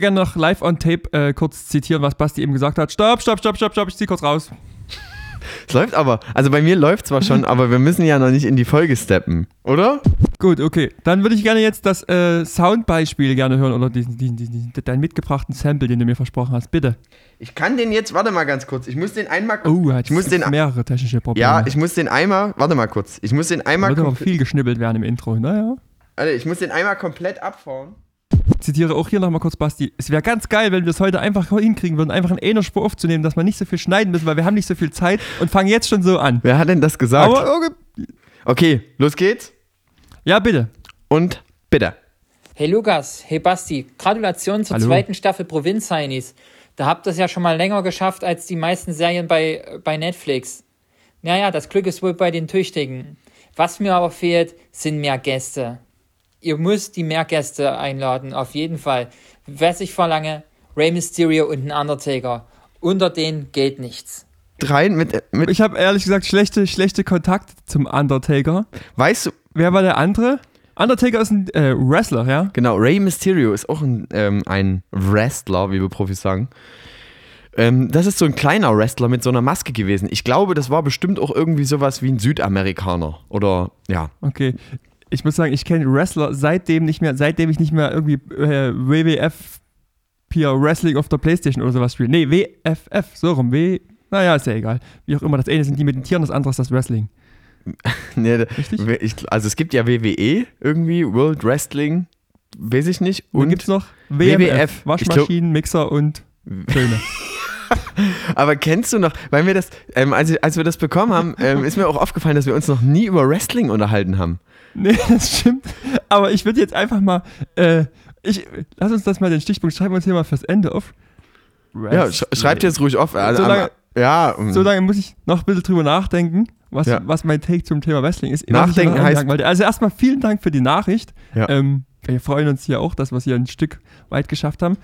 gerne noch live on tape kurz zitieren, was Basti eben gesagt hat. Stopp, ich zieh kurz raus. Es läuft aber, also bei mir läuft zwar schon, aber wir müssen ja noch nicht in die Folge steppen, oder? Gut, okay. Dann würde ich gerne jetzt das Soundbeispiel gerne hören oder deinen mitgebrachten Sample, den du mir versprochen hast. Bitte. Ich kann den jetzt, warte mal ganz kurz, ich muss den einmal... mehrere technische Probleme. Ja, ich muss den einmal, warte mal kurz, ich muss den einmal... Wird aber viel geschnibbelt werden im Intro, naja. Also ich muss den einmal komplett abfahren. Zitiere auch hier nochmal kurz Basti. Es wäre ganz geil, wenn wir es heute einfach hinkriegen würden, einfach in einer Spur aufzunehmen, dass wir nicht so viel schneiden müssen, weil wir haben nicht so viel Zeit und fangen jetzt schon so an. Wer hat denn das gesagt? Aber, okay, los geht's. Ja, bitte. Und bitte. Hey Lukas, hey Basti, Gratulation zur zweiten Staffel Provinz-Heinis. Da habt ihr es ja schon mal länger geschafft als die meisten Serien bei Netflix. Naja, das Glück ist wohl bei den Tüchtigen. Was mir aber fehlt, sind mehr Gäste. Ihr müsst die mehr Gäste einladen, auf jeden Fall. Was ich verlange, Rey Mysterio und ein Undertaker. Unter denen geht nichts. Ich habe ehrlich gesagt schlechte Kontakte zum Undertaker. Weißt du... Wer war der andere? Undertaker ist ein Wrestler, ja? Genau, Rey Mysterio ist auch ein Wrestler, wie wir Profis sagen. Das ist so ein kleiner Wrestler mit so einer Maske gewesen. Ich glaube, das war bestimmt auch irgendwie sowas wie ein Südamerikaner. Oder, ja. Okay. Ich muss sagen, ich kenne Wrestler seitdem ich nicht mehr irgendwie WWF Wrestling auf der Playstation oder sowas spiele. Nee, WFF, so rum. Naja, ist ja egal. Wie auch immer, das eine sind die mit den Tieren, das andere ist das Wrestling. Nee, richtig? Also es gibt ja WWE irgendwie, World Wrestling, weiß ich nicht. Und gibt es noch WWF, Waschmaschinen, Mixer und Töne. Aber kennst du noch, weil wir das, als wir das bekommen haben, ist mir auch aufgefallen, dass wir uns noch nie über Wrestling unterhalten haben. Nee, das stimmt. Aber ich würde jetzt einfach mal, lass uns das mal den Stichpunkt, schreiben wir uns hier mal fürs Ende auf. Ja, schreibt jetzt ruhig auf. So lange muss ich noch ein bisschen drüber nachdenken, was mein Take zum Thema Wrestling ist. Nachdenken heißt... Also erstmal vielen Dank für die Nachricht. Ja. Wir freuen uns hier auch, dass wir es hier ein Stück weit geschafft haben.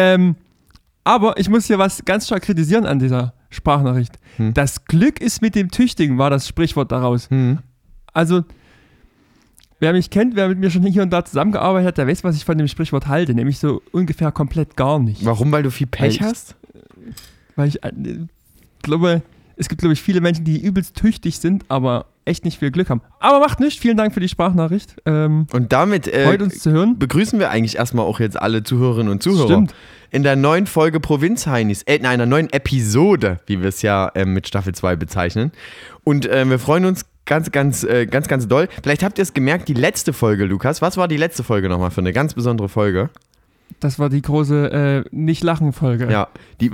Aber ich muss hier was ganz stark kritisieren an dieser Sprachnachricht. Das Glück ist mit dem Tüchtigen, war das Sprichwort daraus. Also... Wer mich kennt, wer mit mir schon hier und da zusammengearbeitet hat, der weiß, was ich von dem Sprichwort halte, nämlich so ungefähr komplett gar nicht. Warum? Weil du viel Pech hast? Weil ich glaube, es gibt, glaube ich, viele Menschen, die übelst tüchtig sind, aber echt nicht viel Glück haben. Aber macht nichts, vielen Dank für die Sprachnachricht. Und damit freut uns zu hören. Begrüßen wir eigentlich erstmal auch jetzt alle Zuhörerinnen und Zuhörer. Stimmt. In der neuen Folge Provinz-Heinis, in einer neuen Episode, wie wir es ja mit Staffel 2 bezeichnen. Und wir freuen uns ganz doll. Vielleicht habt ihr es gemerkt, die letzte Folge, Lukas. Was war die letzte Folge nochmal für eine ganz besondere Folge? Das war die große Nicht-Lachen-Folge. Ja.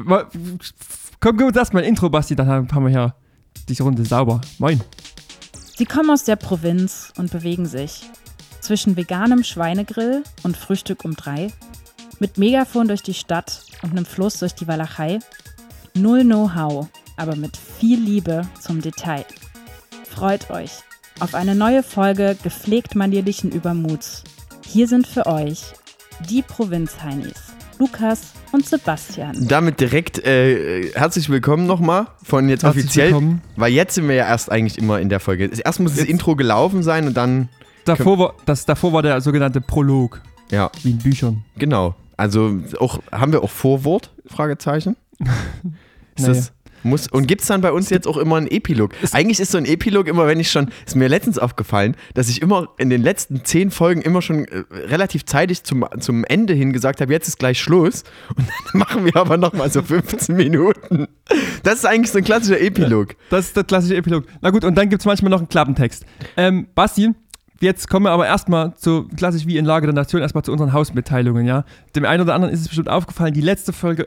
Komm, gib uns erstmal ein Intro, Basti, dann haben wir hier die Runde sauber. Moin. Sie kommen aus der Provinz und bewegen sich zwischen veganem Schweinegrill und Frühstück um 3, mit Megafon durch die Stadt und einem Fluss durch die Walachei. Null Know-how, aber mit viel Liebe zum Detail. Freut euch auf eine neue Folge gepflegt manierlichen Übermuts. Hier sind für euch die Provinz-Heinis, Lukas und Sebastian. Damit direkt herzlich willkommen nochmal von jetzt herzlich offiziell, willkommen. Weil jetzt sind wir ja erst eigentlich immer in der Folge. Erst muss das Intro gelaufen sein und dann... Davor war der sogenannte Prolog. Ja. Wie in Büchern. Genau. Also haben wir auch Vorwort? Fragezeichen. Ist das... Und gibt es dann bei uns jetzt auch immer einen Epilog? Eigentlich ist so ein Epilog immer, ist mir letztens aufgefallen, dass ich immer in den letzten 10 Folgen immer schon relativ zeitig zum Ende hin gesagt habe, jetzt ist gleich Schluss. Und dann machen wir aber nochmal so 15 Minuten. Das ist eigentlich so ein klassischer Epilog. Ja, das ist der klassische Epilog. Na gut, und dann gibt es manchmal noch einen Klappentext. Basti, jetzt kommen wir aber erstmal klassisch wie in Lage der Nation, erstmal zu unseren Hausmitteilungen, ja. Dem einen oder anderen ist es bestimmt aufgefallen, die letzte Folge,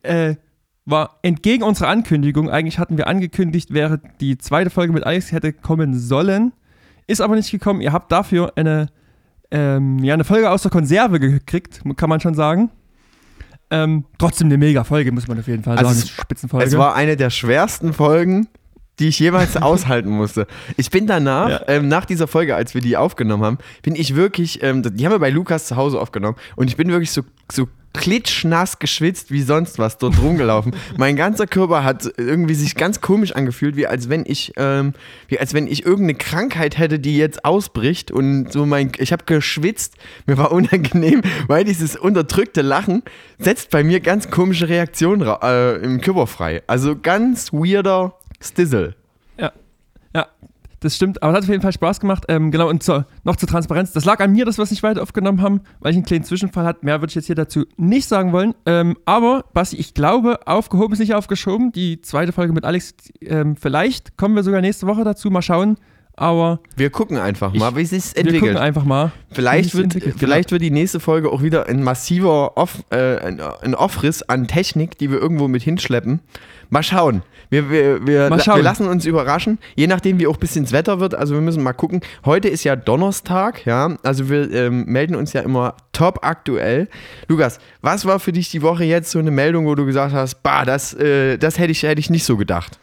war entgegen unserer Ankündigung, eigentlich hatten wir angekündigt, wäre die zweite Folge mit Alex hätte kommen sollen, ist aber nicht gekommen. Ihr habt dafür eine Folge aus der Konserve gekriegt, kann man schon sagen. Trotzdem eine mega Folge, muss man auf jeden Fall sagen. Spitzenfolge. Es war eine der schwersten Folgen, die ich jemals aushalten musste. Ich bin danach, nach dieser Folge, als wir die aufgenommen haben, bin ich wirklich, die haben wir bei Lukas zu Hause aufgenommen und ich bin wirklich so klitschnass geschwitzt wie sonst was dort rumgelaufen. Mein ganzer Körper hat irgendwie sich ganz komisch angefühlt, wie als wenn ich irgendeine Krankheit hätte, die jetzt ausbricht und so ich habe geschwitzt, mir war unangenehm, weil dieses unterdrückte Lachen setzt bei mir ganz komische Reaktionen im Körper frei. Also ganz weirder Stizzle. Ja, das stimmt, aber es hat auf jeden Fall Spaß gemacht. Genau, und noch zur Transparenz. Das lag an mir, dass wir es nicht weiter aufgenommen haben, weil ich einen kleinen Zwischenfall hatte. Mehr würde ich jetzt hier dazu nicht sagen wollen. Aber, Basti, ich glaube, aufgehoben ist nicht aufgeschoben. Die zweite Folge mit Alex, vielleicht kommen wir sogar nächste Woche dazu. Mal schauen. Aber wir gucken einfach mal, wie es sich entwickelt. Wir gucken einfach mal. Vielleicht wird die nächste Folge auch wieder ein massiver Aufriss an Technik, die wir irgendwo mit hinschleppen. Mal schauen. Wir lassen uns überraschen, je nachdem, wie auch ein bisschen das Wetter wird. Also wir müssen mal gucken. Heute ist ja Donnerstag, ja. Also wir melden uns ja immer top aktuell. Lukas, was war für dich die Woche jetzt so eine Meldung, wo du gesagt hast, das hätte ich nicht so gedacht?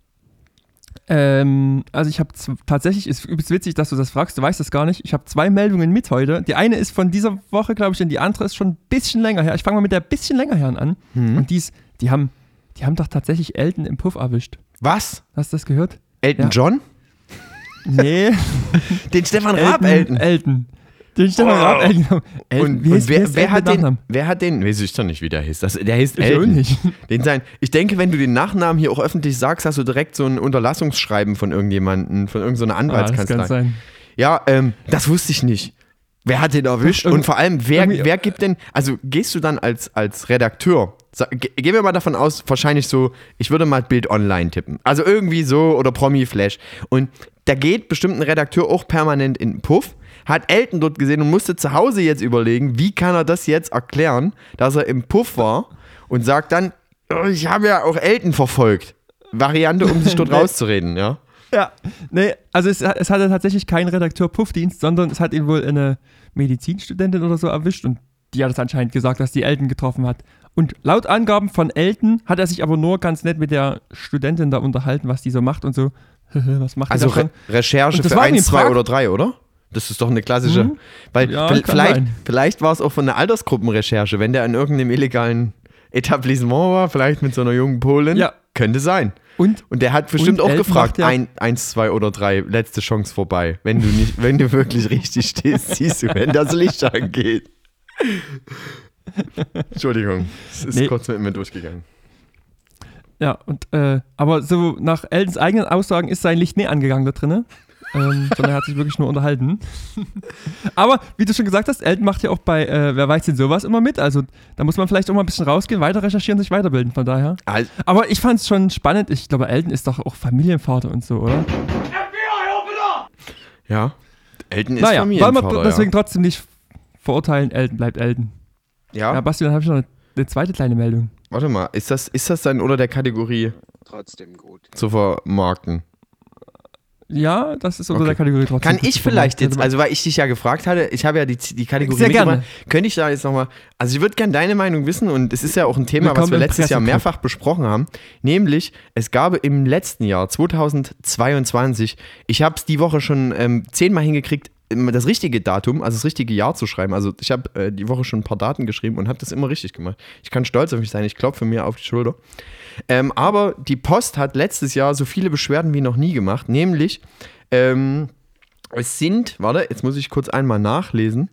Also ich habe tatsächlich, ist übelst witzig, dass du das fragst, du weißt das gar nicht. Ich habe 2 Meldungen mit heute. Die eine ist von dieser Woche, glaube ich, und die andere ist schon ein bisschen länger her. Ich fange mal mit der bisschen länger her an. Und die haben doch tatsächlich Elton im Puff erwischt. Was? Hast du das gehört? Elton John? Nee. Den Stefan Raab Elton. Den Stefan Raab Elton. Und wer hat den, weiß ich doch nicht, wie der hieß. Der hieß Elton. Nicht. Ich denke, wenn du den Nachnamen hier auch öffentlich sagst, hast du direkt so ein Unterlassungsschreiben von irgendjemandem, von irgendeiner Anwaltskanzlei. Das kann sein. Ja, das wusste ich nicht. Wer hat den erwischt? Und vor allem, wer gibt denn, also gehst du dann als Redakteur, gehen wir mal davon aus, wahrscheinlich so, ich würde mal Bild Online tippen. Also irgendwie so oder Promi Flash. Und da geht bestimmt ein Redakteur auch permanent in den Puff, hat Elton dort gesehen und musste zu Hause jetzt überlegen, wie kann er das jetzt erklären, dass er im Puff war und sagt dann, ich habe ja auch Elton verfolgt. Variante, um sich dort rauszureden, ja? Ja, nee, also es hatte tatsächlich keinen Redakteur-Puffdienst, sondern es hat ihn wohl eine Medizinstudentin oder so erwischt und die hat es anscheinend gesagt, dass die Elton getroffen hat. Und laut Angaben von Elton hat er sich aber nur ganz nett mit der Studentin da unterhalten, was die so macht und so. Was macht die da schon? Recherche für 1, 2 oder 3, oder? Das ist doch eine klassische. Weil ja, vielleicht war es auch von einer Altersgruppenrecherche, wenn der in irgendeinem illegalen Etablissement war, vielleicht mit so einer jungen Polin. Ja. Könnte sein. Und der hat bestimmt auch gefragt, 1, 2 oder 3, letzte Chance vorbei. Wenn du wirklich richtig stehst, siehst du, wenn das Licht angeht. Entschuldigung, es ist kurz mit mir durchgegangen. Ja, und aber so nach Eltons eigenen Aussagen ist sein Licht nicht angegangen da drin, sondern er hat sich wirklich nur unterhalten. Aber wie du schon gesagt hast, Elton macht ja auch bei Wer weiß denn sowas immer mit, also da muss man vielleicht auch mal ein bisschen rausgehen, weiter recherchieren, sich weiterbilden, von daher. Aber ich fand es schon spannend, ich glaube, Elton ist doch auch Familienvater und so, oder? Ja, Elton ist Familienvater, wollen wir deswegen trotzdem nicht verurteilen, Elton bleibt Elton. Ja, Basti, dann habe ich noch eine zweite kleine Meldung. Warte mal, ist das dann unter der Kategorie trotzdem gut zu vermarkten? Ja, das ist unter der Kategorie trotzdem. Kann ich vielleicht jetzt, also weil ich dich ja gefragt hatte, ich habe ja die Kategorie sehr gerne. Könnte ich da jetzt nochmal, also ich würde gerne deine Meinung wissen und es ist ja auch ein Thema, was wir letztes Jahr mehrfach besprochen haben, nämlich es gab im letzten Jahr, 2022, ich habe es die Woche schon 10-mal hingekriegt, das richtige Datum, also das richtige Jahr zu schreiben. Also ich habe die Woche schon ein paar Daten geschrieben und habe das immer richtig gemacht. Ich kann stolz auf mich sein, ich klopfe mir auf die Schulter. Aber die Post hat letztes Jahr so viele Beschwerden wie noch nie gemacht, nämlich es sind, jetzt muss ich kurz einmal nachlesen,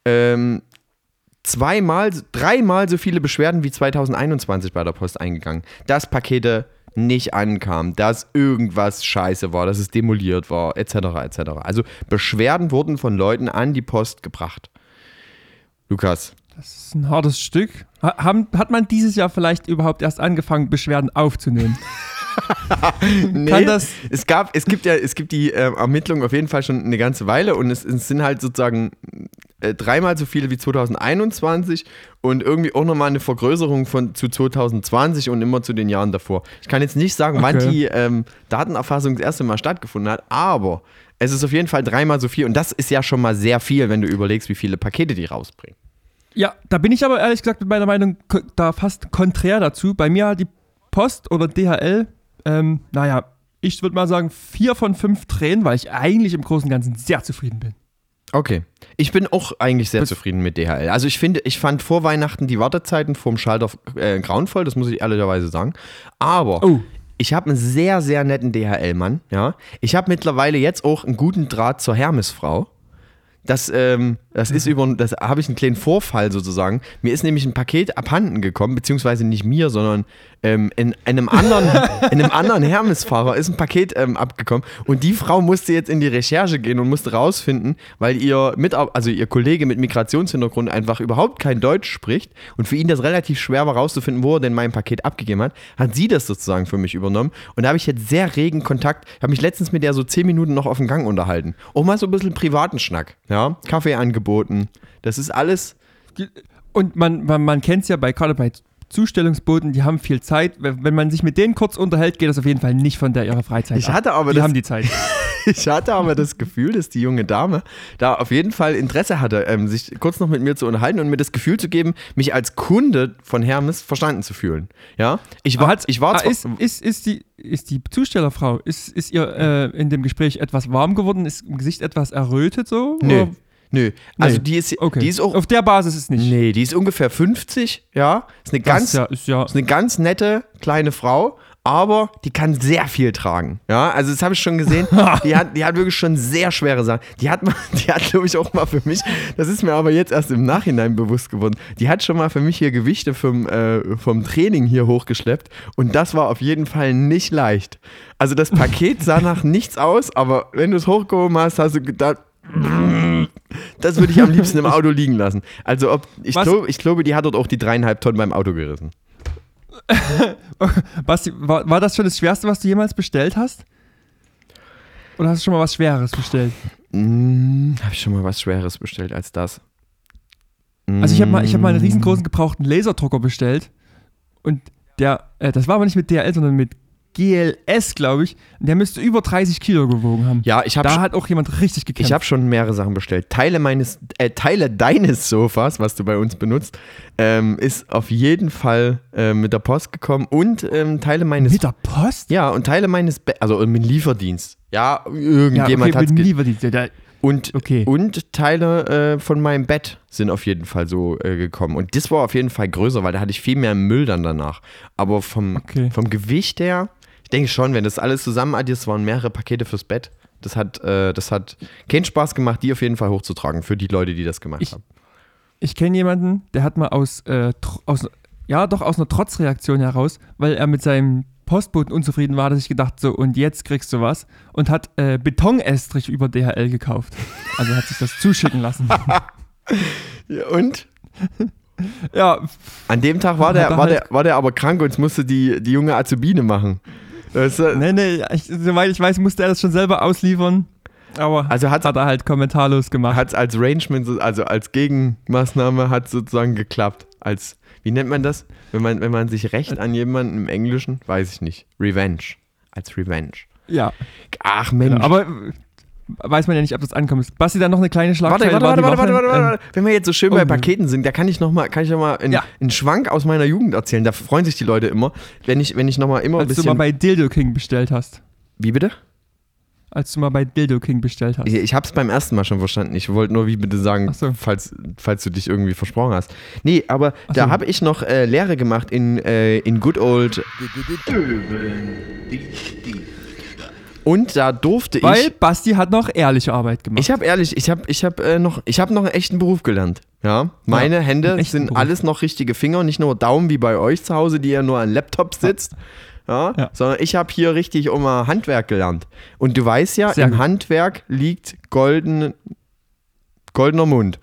3-mal so viele Beschwerden wie 2021 bei der Post eingegangen. Dass Pakete nicht ankam, dass irgendwas scheiße war, dass es demoliert war, etc. etc. Also Beschwerden wurden von Leuten an die Post gebracht. Lukas. Das ist ein hartes Stück. Hat man dieses Jahr vielleicht überhaupt erst angefangen, Beschwerden aufzunehmen? Nee, es gibt die Ermittlungen auf jeden Fall schon eine ganze Weile und es sind halt sozusagen 3-mal so viele wie 2021 und irgendwie auch nochmal eine Vergrößerung zu 2020 und immer zu den Jahren davor. Ich kann jetzt nicht sagen, wann die Datenerfassung das erste Mal stattgefunden hat, aber es ist auf jeden Fall 3-mal so viel und das ist ja schon mal sehr viel, wenn du überlegst, wie viele Pakete die rausbringen. Ja, da bin ich aber ehrlich gesagt mit meiner Meinung da fast konträr dazu. Bei mir hat die Post oder DHL, Ich würde mal sagen 4 von 5 Tränen, weil ich eigentlich im Großen und Ganzen sehr zufrieden bin. Okay. Ich bin auch eigentlich sehr zufrieden mit DHL. Also ich fand vor Weihnachten die Wartezeiten vorm Schalter grauenvoll, das muss ich ehrlicherweise sagen. Aber ich habe einen sehr, sehr netten DHL-Mann. Ja? Ich habe mittlerweile jetzt auch einen guten Draht zur Hermesfrau. Das habe ich einen kleinen Vorfall sozusagen. Mir ist nämlich ein Paket abhanden gekommen, beziehungsweise nicht mir, sondern in einem anderen Hermes-Fahrer ist ein Paket abgekommen. Und die Frau musste jetzt in die Recherche gehen und musste rausfinden, weil ihr Kollege mit Migrationshintergrund einfach überhaupt kein Deutsch spricht und für ihn das relativ schwer war rauszufinden, wo er denn mein Paket abgegeben hat sie das sozusagen für mich übernommen. Und da habe ich jetzt sehr regen Kontakt. Ich habe mich letztens mit der so 10 Minuten noch auf dem Gang unterhalten. Auch mal so ein bisschen privaten Schnack. Ja? Kaffee angeboten. Das ist alles. Und man kennt es ja gerade bei Zustellungsboten, die haben viel Zeit. Wenn man sich mit denen kurz unterhält, geht das auf jeden Fall nicht von ihrer Freizeit die haben die Zeit. Ich hatte aber das Gefühl, dass die junge Dame da auf jeden Fall Interesse hatte, sich kurz noch mit mir zu unterhalten und mir das Gefühl zu geben, mich als Kunde von Hermes verstanden zu fühlen. Ja? Ist die Zustellerfrau, ist ihr in dem Gespräch etwas warm geworden? Ist im Gesicht etwas errötet so? Nö, also die ist auch. Auf der Basis ist nicht. Nee, die ist ungefähr 50, ja. Ist eine ganz nette kleine Frau, aber die kann sehr viel tragen. Ja, also das habe ich schon gesehen. Die hat wirklich schon sehr schwere Sachen. Die hat, glaube ich, auch mal für mich, das ist mir aber jetzt erst im Nachhinein bewusst geworden, die hat schon mal für mich hier Gewichte vom Training hier hochgeschleppt und das war auf jeden Fall nicht leicht. Also das Paket sah nach nichts aus, aber wenn du es hochgehoben hast, hast du gedacht, das würde ich am liebsten im Auto liegen lassen. Also ich glaube, die hat dort auch die 3,5 Tonnen beim Auto gerissen. Basti, war das schon das Schwerste, was du jemals bestellt hast? Oder hast du schon mal was Schweres bestellt? Habe ich schon mal was Schweres bestellt als das? Also ich hab mal einen riesengroßen gebrauchten Laserdrucker bestellt und das war aber nicht mit DHL, sondern mit GLS, glaube ich. Der müsste über 30 Kilo gewogen haben. Ja, da hat auch jemand richtig gekämpft. Ich habe schon mehrere Sachen bestellt. Teile deines Sofas, was du bei uns benutzt, ist auf jeden Fall mit der Post gekommen und Teile meines... Mit der Post? Ja, und Teile meines... Also mit Lieferdienst. Ja, irgendjemand hat... mit Lieferdienst. Und Teile von meinem Bett sind auf jeden Fall so gekommen. Und das war auf jeden Fall größer, weil da hatte ich viel mehr Müll dann danach. Aber vom Gewicht her... Ich denke schon, wenn das alles zusammen addiert, es waren mehrere Pakete fürs Bett. Das hat keinen Spaß gemacht, die auf jeden Fall hochzutragen für die Leute, die das gemacht haben. Ich kenne jemanden, der hat mal aus einer Trotzreaktion heraus, weil er mit seinem Postboten unzufrieden war, hat er sich gedacht, so und jetzt kriegst du was und hat Betonestrich über DHL gekauft. Also hat sich das zuschicken lassen. Ja, und? Ja. An dem Tag war der aber krank und es musste die junge Azubine machen. Soweit ich weiß, musste er das schon selber ausliefern. Aber hat er halt kommentarlos gemacht. Hat es als Arrangement, also als Gegenmaßnahme, hat sozusagen geklappt. Wie nennt man das? Wenn man sich rächt an jemanden im Englischen? Weiß ich nicht. Revenge. Als Revenge. Ja. Ach Mensch. Ja, aber weiß man ja nicht, ob das ankommt. Basti, dann noch eine kleine Schlagzeile. Warte. Wenn wir jetzt so schön bei Paketen sind, da kann ich noch mal einen Schwank aus meiner Jugend erzählen. Da freuen sich die Leute immer, wenn ich noch mal immer ein bisschen... Als du mal bei Dildo King bestellt hast. Wie bitte? Als du mal bei Dildo King bestellt hast. Ich hab's beim ersten Mal schon verstanden. Ich wollte nur wie bitte sagen, falls du dich irgendwie versprochen hast. Nee, aber da habe ich noch Lehre gemacht in Good Old... Und da durfte Weil Basti hat noch ehrliche Arbeit gemacht. Ich habe noch einen echten Beruf gelernt. Ja, meine Hände sind alles noch richtige Finger, nicht nur Daumen wie bei euch zu Hause, die ja nur an Laptops sitzt. Ja. Sondern ich habe hier richtig Handwerk gelernt. Und du weißt ja, im Handwerk liegt goldener Mund.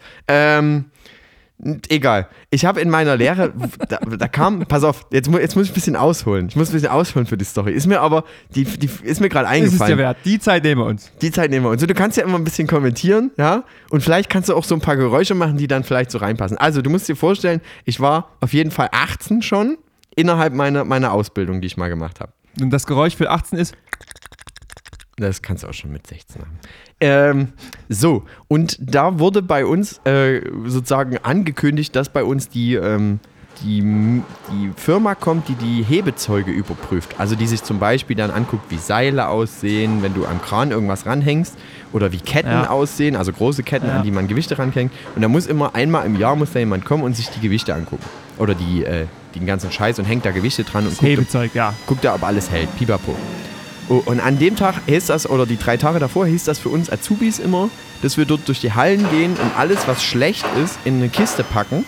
Egal. Ich habe in meiner Lehre, da kam, pass auf, jetzt muss ich ein bisschen ausholen. Ich muss ein bisschen ausholen für die Story. Ist mir aber, die ist mir gerade eingefallen. Das ist dir wert. Die Zeit nehmen wir uns. So, du kannst ja immer ein bisschen kommentieren, ja? Und vielleicht kannst du auch so ein paar Geräusche machen, die dann vielleicht so reinpassen. Also, du musst dir vorstellen, ich war auf jeden Fall 18 schon innerhalb meiner Ausbildung, die ich mal gemacht habe. Und das Geräusch für 18 ist? Das kannst du auch schon mit 16 haben. und da wurde bei uns sozusagen angekündigt, dass bei uns die die Firma kommt, die Hebezeuge überprüft. Also die sich zum Beispiel dann anguckt, wie Seile aussehen, wenn du am Kran irgendwas ranhängst oder wie Ketten aussehen, also große Ketten, an die man Gewichte ranhängt. Und da muss immer einmal im Jahr muss da jemand kommen und sich die Gewichte angucken. Oder den ganzen Scheiß und hängt da Gewichte dran und guckt da, ob alles hält. Pipapo. Oh, und an dem Tag hieß das, oder die 3 Tage davor hieß das für uns Azubis immer, dass wir dort durch die Hallen gehen und alles, was schlecht ist, in eine Kiste packen.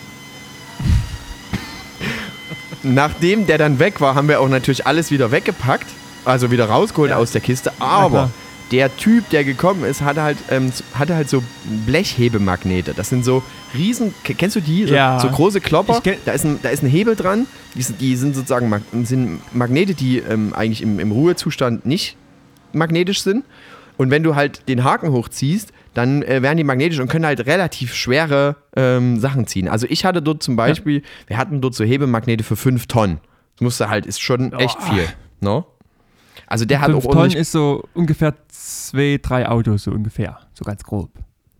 Nachdem der dann weg war, haben wir auch natürlich alles wieder weggepackt, also wieder rausgeholt aus der Kiste. Aber der Typ, der gekommen ist, hatte halt so Blechhebemagnete. Das sind so riesen, kennst du die? So große Klopper. Da ist ein Hebel dran. Die sind sozusagen sind Magnete, die eigentlich im Ruhezustand nicht magnetisch sind. Und wenn du halt den Haken hochziehst, dann werden die magnetisch und können halt relativ schwere Sachen ziehen. Also ich hatte dort zum Beispiel, wir hatten dort so Hebemagnete für 5 Tonnen. Das ist schon echt viel. No? Also der hat auch 5 Tonnen ist so ungefähr 2-3 Autos, so ungefähr. So ganz grob.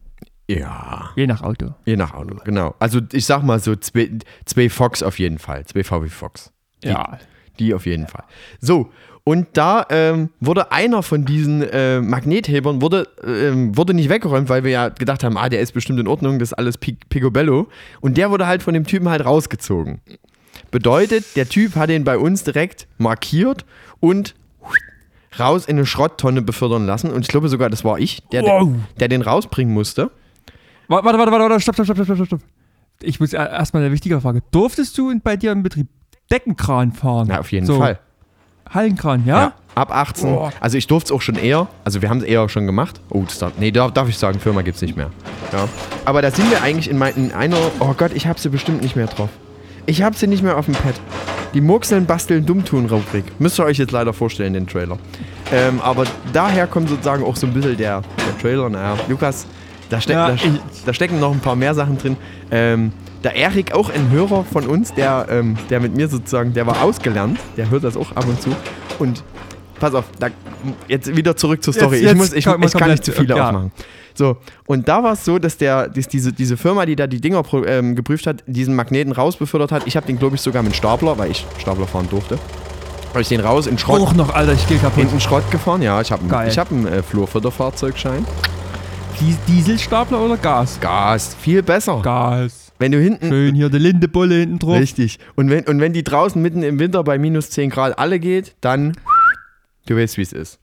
Ja. Je nach Auto, genau. Also ich sag mal so 2 Fox auf jeden Fall. 2 VW Fox. Die auf jeden Fall. So, und da wurde einer von diesen Magnethebern wurde nicht weggeräumt, weil wir ja gedacht haben, der ist bestimmt in Ordnung, das ist alles Picobello. Und der wurde halt von dem Typen halt rausgezogen. Bedeutet, der Typ hat den bei uns direkt markiert und raus in eine Schrotttonne befördern lassen. Und ich glaube sogar, das war ich, der den rausbringen musste. Warte, stopp. Ich muss erstmal eine wichtige Frage. Durftest du bei dir im Betrieb Deckenkran fahren? Na, auf jeden Fall. Hallenkran, ja? Ab 18. Also ich durfte es auch schon eher. Also wir haben es eher schon gemacht. Oh, darf ich sagen, Firma gibt es nicht mehr. Ja. Aber da sind wir eigentlich in einer, oh Gott, ich habe sie bestimmt nicht mehr drauf. Ich habe sie nicht mehr auf dem Pad. Die Murkseln, Basteln, Dummtun-Rubrik. Müsst ihr euch jetzt leider vorstellen, den Trailer. Aber daher kommt sozusagen auch so ein bisschen der Trailer. Naja, Lukas, da stecken noch ein paar mehr Sachen drin. Der Erik, auch ein Hörer von uns, der mit mir sozusagen, der war ausgelernt. Der hört das auch ab und zu. Und pass auf, jetzt wieder zurück zur Story. Ich kann nicht zu viele aufmachen. So, und da war es so, dass diese Firma, die da die Dinger geprüft hat, diesen Magneten rausbefördert hat. Ich habe den, glaube ich, sogar mit Stapler, weil ich Stapler fahren durfte. Habe ich den raus in Schrott. Auch noch, Alter, ich gehe kaputt. In den Schrott gefahren, ja. Ich habe einen Flurförderfahrzeugschein. Dieselstapler oder Gas? Gas, viel besser. Gas. Wenn du hinten... Schön hier die Lindebulle hinten drauf. Richtig. Und wenn die draußen mitten im Winter bei minus 10 Grad alle geht, dann... Du weißt, wie es ist.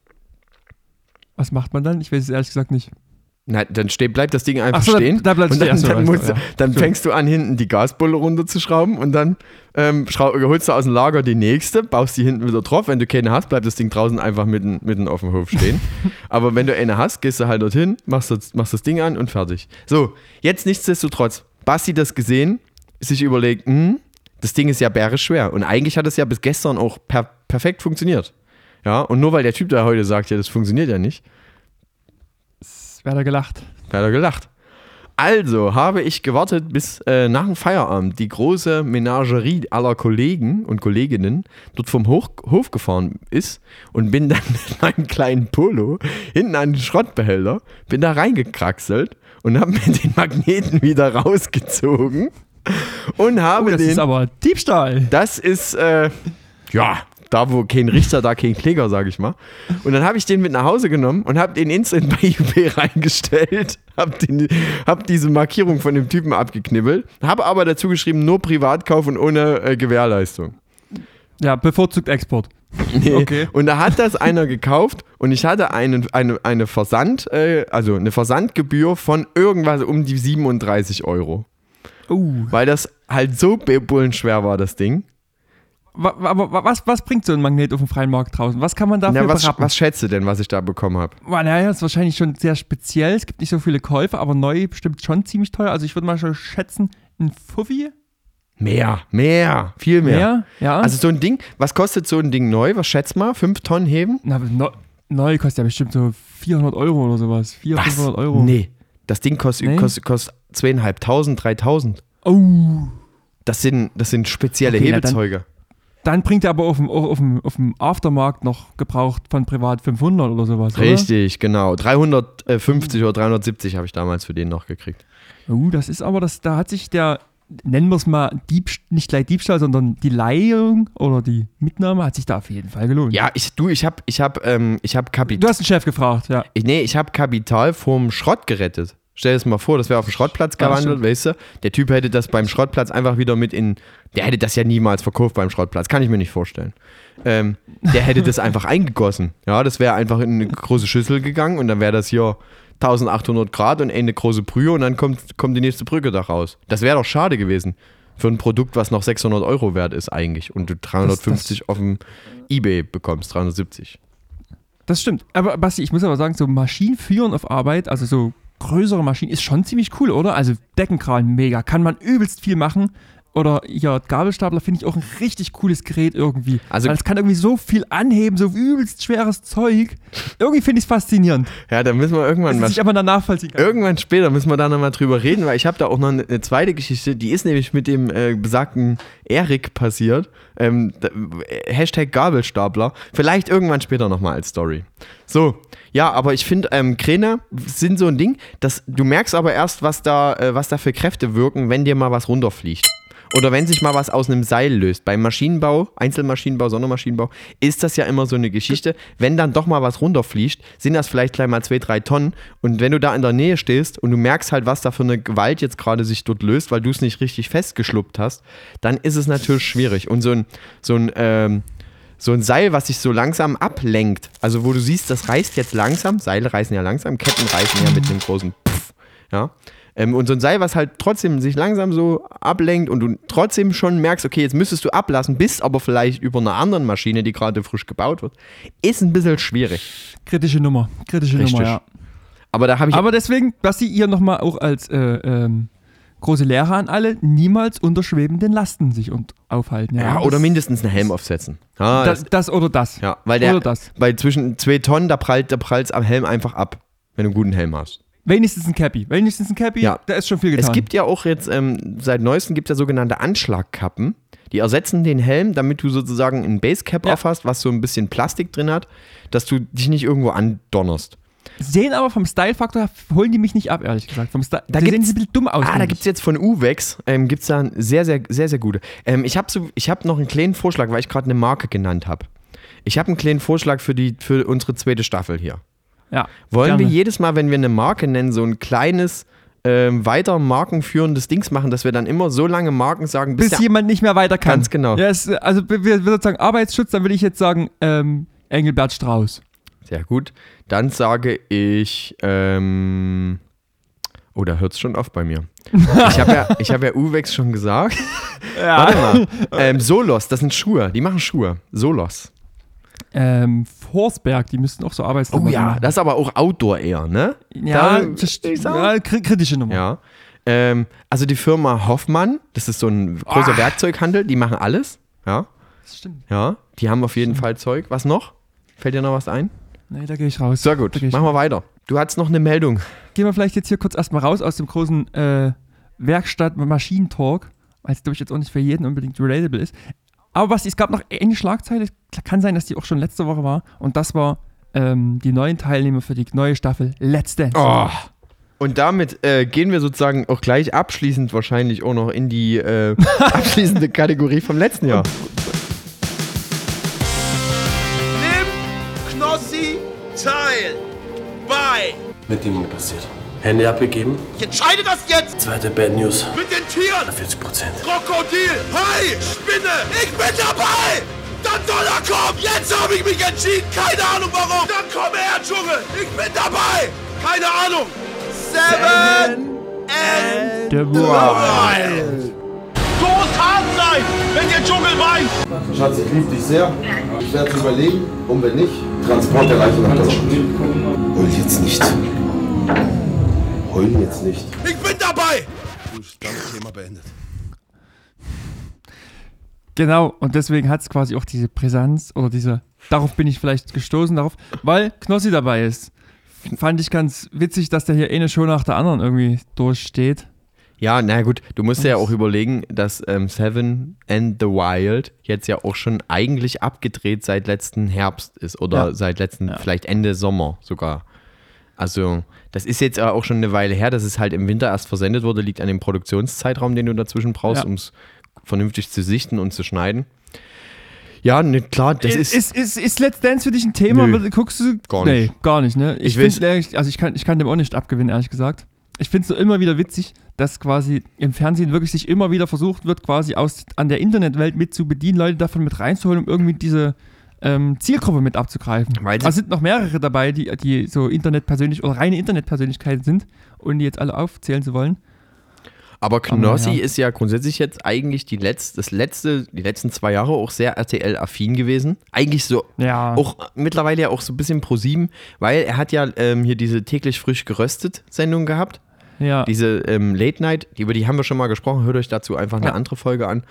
Was macht man dann? Ich weiß es ehrlich gesagt nicht. Nein, dann bleibt das Ding einfach stehen. Dann fängst du an, hinten die Gasbulle runterzuschrauben und dann holst du aus dem Lager die nächste, baust die hinten wieder drauf. Wenn du keine hast, bleibt das Ding draußen einfach mitten auf dem Hof stehen. Aber wenn du eine hast, gehst du halt dorthin, machst das Ding an und fertig. So, jetzt nichtsdestotrotz. Basti das gesehen, sich überlegt, das Ding ist ja bärisch schwer. Und eigentlich hat es ja bis gestern auch perfekt funktioniert. Ja, und nur weil der Typ da heute sagt, ja, das funktioniert ja nicht, Wer hat gelacht. Also habe ich gewartet, bis nach dem Feierabend die große Menagerie aller Kollegen und Kolleginnen dort vom Hof gefahren ist und bin dann mit meinem kleinen Polo hinten an den Schrottbehälter, bin da reingekraxelt und habe mir den Magneten wieder rausgezogen und habe das ist aber Diebstahl. Das ist, da wo kein Richter, da kein Kläger, sag ich mal. Und dann habe ich den mit nach Hause genommen und habe den instant bei eBay reingestellt, hab diese Markierung von dem Typen abgeknibbelt, habe aber dazu geschrieben, nur Privatkauf und ohne Gewährleistung. Ja, bevorzugt Export. Nee. Okay. Und da hat das einer gekauft und ich hatte eine Versandgebühr von irgendwas um die 37 €. Weil das halt so bullenschwer war, das Ding. Aber was bringt so ein Magnet auf dem freien Markt draußen? Was kann man dafür berappen? Was schätzt du denn, was ich da bekommen habe? Naja, das ist wahrscheinlich schon sehr speziell. Es gibt nicht so viele Käufer, aber neu bestimmt schon ziemlich teuer. Also ich würde mal schon schätzen, ein Fuffi? Viel mehr. Ja. Also so ein Ding, was kostet so ein Ding neu? Was schätzt mal? 5 Tonnen heben? Na, neu kostet ja bestimmt so 400 € oder sowas. 400, 500 €. Nee, das Ding kostet 2.500, 3.000. Oh. Das sind spezielle Hebezeuge. Dann bringt er aber auf dem Aftermarkt noch gebraucht von privat 500 oder sowas, Richtig, genau. 350 oder 370 habe ich damals für den noch gekriegt. Das ist aber, da hat sich der nennen wir es mal, nicht gleich Diebstahl, sondern die Leihung oder die Mitnahme hat sich da auf jeden Fall gelohnt. Ja, ich hab Kapital. Du hast den Chef gefragt, ja. Ich habe Kapital vom Schrott gerettet. Stell dir das mal vor, das wäre auf dem Schrottplatz gewandelt, weißt du? Der Typ hätte das beim Schrottplatz einfach wieder der hätte das ja niemals verkauft beim Schrottplatz, kann ich mir nicht vorstellen. Der hätte das einfach eingegossen. Ja, das wäre einfach in eine große Schüssel gegangen und dann wäre das hier 1800 Grad und eine große Brühe und dann kommt die nächste Brücke da raus. Das wäre doch schade gewesen für ein Produkt, was noch 600 € wert ist eigentlich und du 350 auf dem eBay bekommst, 370. Das stimmt. Aber Basti, ich muss aber sagen, so Maschinen führen auf Arbeit, also so größere Maschinen, ist schon ziemlich cool, oder? Also Deckenkrallen, mega. Kann man übelst viel machen. Oder ja, Gabelstapler finde ich auch ein richtig cooles Gerät irgendwie. Also, weil es kann irgendwie so viel anheben, so übelst schweres Zeug. Irgendwie finde ich es faszinierend. Ja, da müssen wir irgendwann mal. Ich aber danach nachvollziehen kann. Irgendwann später müssen wir da nochmal drüber reden, weil ich habe da auch noch eine zweite Geschichte, die ist nämlich mit dem besagten Erik passiert. Hashtag Gabelstapler. Vielleicht irgendwann später nochmal als Story. So, ja, aber ich finde, Kräne sind so ein Ding, du merkst aber erst, was da für Kräfte wirken, wenn dir mal was runterfliegt. Oder wenn sich mal was aus einem Seil löst. Beim Maschinenbau, Einzelmaschinenbau, Sondermaschinenbau, ist das ja immer so eine Geschichte. Wenn dann doch mal was runterfliegt, sind das vielleicht gleich mal 2-3 Tonnen. Und wenn du da in der Nähe stehst und du merkst halt, was da für eine Gewalt jetzt gerade sich dort löst, weil du es nicht richtig festgeschluppt hast, dann ist es natürlich schwierig. Und so ein Seil, was sich so langsam ablenkt, also wo du siehst, das reißt jetzt langsam, Seile reißen ja langsam, Ketten reißen ja mit einem großen Pfff, ja. Und so ein Seil, was halt trotzdem sich langsam so ablenkt und du trotzdem schon merkst, okay, jetzt müsstest du ablassen, bist aber vielleicht über einer anderen Maschine, die gerade frisch gebaut wird, ist ein bisschen schwierig. Kritische Nummer, ja. Aber deswegen, Basti, ihr nochmal auch als große Lehre an alle, niemals unter schwebenden Lasten sich aufhalten. Ja, oder mindestens einen Helm aufsetzen. Ja, das oder das. Ja, weil weil zwischen 2 Tonnen, da prallt's am Helm einfach ab, wenn du einen guten Helm hast. Wenigstens ein Cappy, ja. Da ist schon viel getan. Es gibt ja auch jetzt, seit Neuestem gibt es ja sogenannte Anschlagkappen, die ersetzen den Helm, damit du sozusagen ein Basecap aufhast, was so ein bisschen Plastik drin hat, dass du dich nicht irgendwo andonnerst. Sehen aber vom Style-Faktor, holen die mich nicht ab, ehrlich gesagt. Sehen sie ein bisschen dumm aus. Da gibt es jetzt von Uwex, gibt's da sehr, sehr, sehr, sehr gute. Ich hab noch einen kleinen Vorschlag, weil ich gerade eine Marke genannt habe. Ich habe einen kleinen Vorschlag für unsere zweite Staffel hier. Ja, wollen wir jedes Mal, wenn wir eine Marke nennen, so ein kleines, weiter markenführendes Dings machen, dass wir dann immer so lange Marken sagen, bis jemand nicht mehr weiter kann. Ganz genau. Ja, also wir sozusagen Arbeitsschutz, dann will ich jetzt sagen Engelbert Strauß. Sehr gut. Dann sage ich, da hört es schon auf bei mir. Ich hab ja Uwex schon gesagt. Ja. Warte mal. Solos, das sind Schuhe. Die machen Schuhe. Solos. Forsberg, die müssten auch so Arbeitsnummer machen. Oh ja, das ist aber auch Outdoor eher, ne? Ja, kritische Nummer. Ja. Also die Firma Hoffmann, das ist so ein großer Werkzeughandel, die machen alles. Ja. Das stimmt. Ja, die haben auf jeden Fall Zeug. Was noch? Fällt dir noch was ein? Nee, da gehe ich raus. Sehr gut, machen wir weiter. Du hattest noch eine Meldung. Gehen wir vielleicht jetzt hier kurz erstmal raus aus dem großen Werkstatt-Maschinentalk, weil es, glaube ich, jetzt auch nicht für jeden unbedingt relatable ist. Aber es gab noch eine Schlagzeile, kann sein, dass die auch schon letzte Woche war. Und das war die neuen Teilnehmer für die neue Staffel Let's Dance. Oh. Und damit gehen wir sozusagen auch gleich abschließend wahrscheinlich auch noch in die abschließende Kategorie vom letzten Jahr. Nimm Knossi teil bei. Mit ihm passiert. Hände abgegeben. Ich entscheide das jetzt! Zweite Bad News. Mit den Tieren! 40%. Krokodil! Hai! Spinne! Ich bin dabei! Dann soll er kommen! Jetzt habe ich mich entschieden! Keine Ahnung warum! Dann komme her, Dschungel! Ich bin dabei! Keine Ahnung! Seven and the Wild! Du musst hart sein, wenn der Dschungel weint! Schatz, ich liebe dich sehr. Ich werde es überleben. Und wenn nicht, Transport erreichen nach Deutschland. Heul jetzt nicht. Heul jetzt nicht. Ich bin dabei! Das Thema beendet. Genau, und deswegen hat es quasi auch diese Brisanz oder darauf bin ich vielleicht gestoßen, weil Knossi dabei ist. Fand ich ganz witzig, dass der hier eine Show nach der anderen irgendwie durchsteht. Ja, na gut, du musst ja auch überlegen, dass Seven and the Wild jetzt ja auch schon eigentlich abgedreht seit letzten Herbst ist oder seit letzten, vielleicht Ende Sommer sogar. Also, das ist jetzt auch schon eine Weile her, dass es halt im Winter erst versendet wurde, liegt an dem Produktionszeitraum, den du dazwischen brauchst, um es vernünftig zu sichten und zu schneiden. Ja, ne, klar, das Ist Let's Dance für dich ein Thema? Nö, Guckst du? gar nicht. Nee, gar nicht, ne? Ich kann dem auch nicht abgewinnen, ehrlich gesagt. Ich finde es so immer wieder witzig, dass quasi im Fernsehen wirklich sich immer wieder versucht wird, quasi an der Internetwelt mit zu bedienen, Leute davon mit reinzuholen, um irgendwie diese Zielgruppe mit abzugreifen. Also sind noch mehrere dabei, die so oder reine Internetpersönlichkeiten sind und die jetzt alle aufzählen zu wollen. Aber Knossi ist ja grundsätzlich jetzt eigentlich die letzten 2 Jahre auch sehr RTL-affin gewesen. Eigentlich so auch mittlerweile ja auch so ein bisschen Pro7, weil er hat ja hier diese täglich frisch geröstet Sendung gehabt. Ja. Diese Late Night, über die haben wir schon mal gesprochen. Hört euch dazu einfach eine andere Folge an.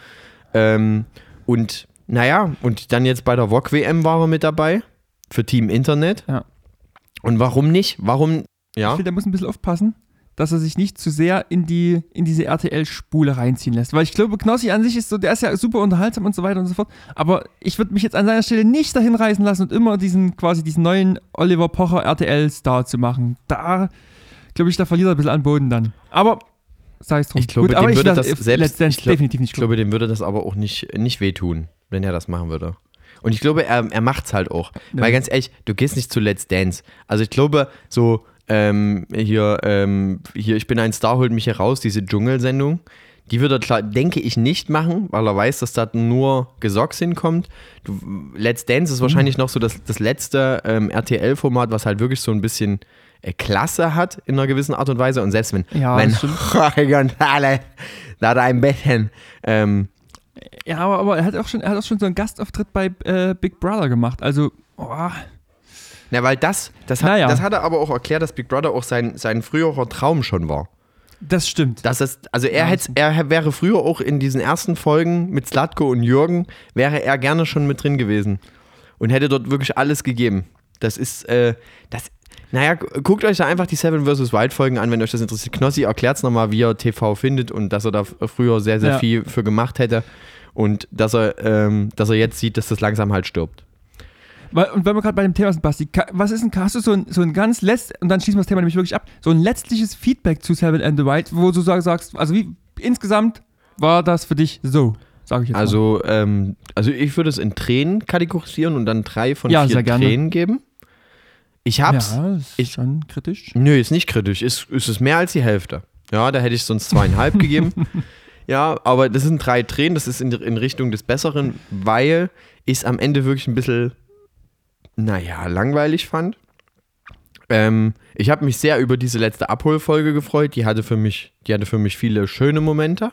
Und dann jetzt bei der VOG WM war er mit dabei für Team Internet. Ja. Und warum nicht? Ich finde, der muss ein bisschen aufpassen, dass er sich nicht zu sehr in diese RTL-Spule reinziehen lässt. Weil ich glaube, Knossi an sich ist so, der ist ja super unterhaltsam und so weiter und so fort. Aber ich würde mich jetzt an seiner Stelle nicht dahin reißen lassen und immer diesen neuen Oliver Pocher RTL-Star zu machen. Da, glaube ich, da verliert er ein bisschen an Boden dann. Aber sei es drum. Ich glaube, dem würde das definitiv nicht. Ich glaube, dem würde das aber auch nicht wehtun, wenn er das machen würde. Und ich glaube, er macht es halt auch. Ja. Weil ganz ehrlich, du gehst nicht zu Let's Dance. Also ich glaube, so hier, ich bin ein Star, holt mich hier raus, diese Dschungelsendung, die wird er, klar, denke ich, nicht machen, weil er weiß, dass da nur Gesocks hinkommt. Let's Dance ist wahrscheinlich noch so das letzte RTL-Format, was halt wirklich so ein bisschen Klasse hat in einer gewissen Art und Weise. Und selbst wenn Jorge González da ein bisschen ja, aber er hat auch schon so einen Gastauftritt bei Big Brother gemacht. Also, Na, weil das hat er aber auch erklärt, dass Big Brother auch sein früherer Traum schon war. Das stimmt. Er wäre früher auch in diesen ersten Folgen mit Zlatko und Jürgen, wäre er gerne schon mit drin gewesen und hätte dort wirklich alles gegeben. Das ist, guckt euch da einfach die Seven vs. Wild Folgen an, wenn euch das interessiert. Knossi erklärt es nochmal, wie er TV findet und dass er da früher sehr, sehr viel für gemacht hätte und dass er jetzt sieht, dass das langsam halt stirbt. Und wenn wir gerade bei dem Thema sind, Basti, hast du so ein ganz und dann schließen wir das Thema nämlich wirklich ab, so ein letztliches Feedback zu Seven and the Wild, wo du sagst, also wie insgesamt war das für dich so, sage ich jetzt mal. Also ich würde es in Tränen kategorisieren und dann 3 von 4 Tränen geben. Ich hab's. Ja, ist schon kritisch. Nö, ist nicht kritisch, ist es mehr als die Hälfte. Ja, da hätte ich sonst 2,5 gegeben. Ja, aber das sind 3 Tränen, das ist in Richtung des Besseren, weil ich es am Ende wirklich ein bisschen langweilig fand. Ich habe mich sehr über diese letzte Abholfolge gefreut. Die hatte für mich viele schöne Momente.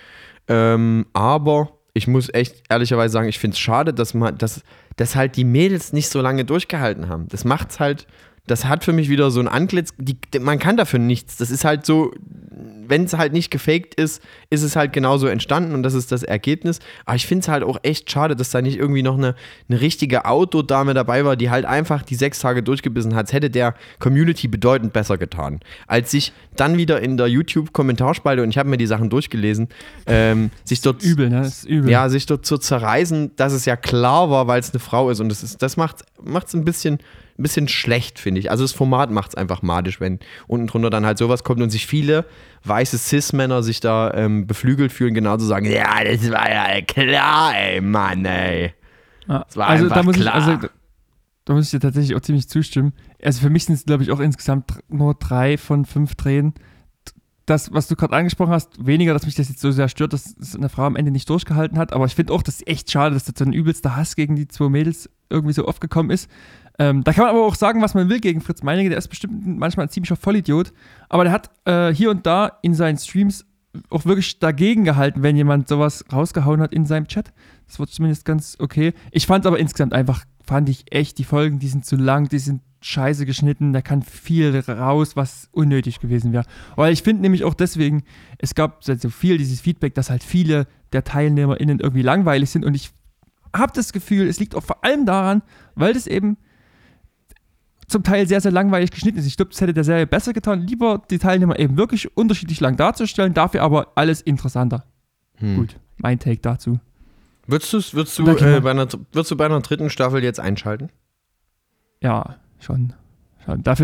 Aber ich muss echt ehrlicherweise sagen, ich finde es schade, dass halt die Mädels nicht so lange durchgehalten haben. Das hat für mich wieder so ein Antlitz, man kann dafür nichts. Das ist halt so, wenn es halt nicht gefaked ist, ist es halt genauso entstanden und das ist das Ergebnis. Aber ich finde es halt auch echt schade, dass da nicht irgendwie noch eine richtige Outdoor-Dame dabei war, die halt einfach die 6 Tage durchgebissen hat. Es hätte der Community bedeutend besser getan. Als sich dann wieder in der YouTube-Kommentarspalte, und ich habe mir die Sachen durchgelesen, sich dort übel, ne? Das ist übel. Ja, sich dort zu zerreißen, dass es ja klar war, weil es eine Frau ist. Und das macht es ein bisschen schlecht, finde ich. Also das Format macht es einfach madisch, wenn unten drunter dann halt sowas kommt und sich viele weiße Cis-Männer sich da beflügelt fühlen, genau zu sagen, ja, das war ja klar, ey, Mann, ey. Ja, das war einfach klar. Da muss ich dir tatsächlich auch ziemlich zustimmen. Also für mich sind es, glaube ich, auch insgesamt nur 3 von 5 Tränen. Das, was du gerade angesprochen hast, weniger, dass mich das jetzt so sehr stört, dass eine Frau am Ende nicht durchgehalten hat, aber ich finde auch, das ist echt schade, dass da so ein übelster Hass gegen die 2 Mädels irgendwie so oft gekommen ist. Da kann man aber auch sagen, was man will gegen Fritz Meinecke, der ist bestimmt manchmal ein ziemlicher Vollidiot, aber der hat hier und da in seinen Streams auch wirklich dagegen gehalten, wenn jemand sowas rausgehauen hat in seinem Chat. Das war zumindest ganz okay. Ich fand aber insgesamt fand ich echt, die Folgen, die sind zu lang, die sind scheiße geschnitten, da kann viel raus, was unnötig gewesen wäre. Weil ich finde nämlich auch deswegen, es gab so viel dieses Feedback, dass halt viele der TeilnehmerInnen irgendwie langweilig sind und ich habe das Gefühl, es liegt auch vor allem daran, weil das eben zum Teil sehr, sehr langweilig geschnitten ist. Ich glaube, das hätte der Serie besser getan, lieber die Teilnehmer eben wirklich unterschiedlich lang darzustellen, dafür aber alles interessanter. Gut, mein Take dazu. Würdest du bei einer 3. Staffel jetzt einschalten? Ja, schon. Dafür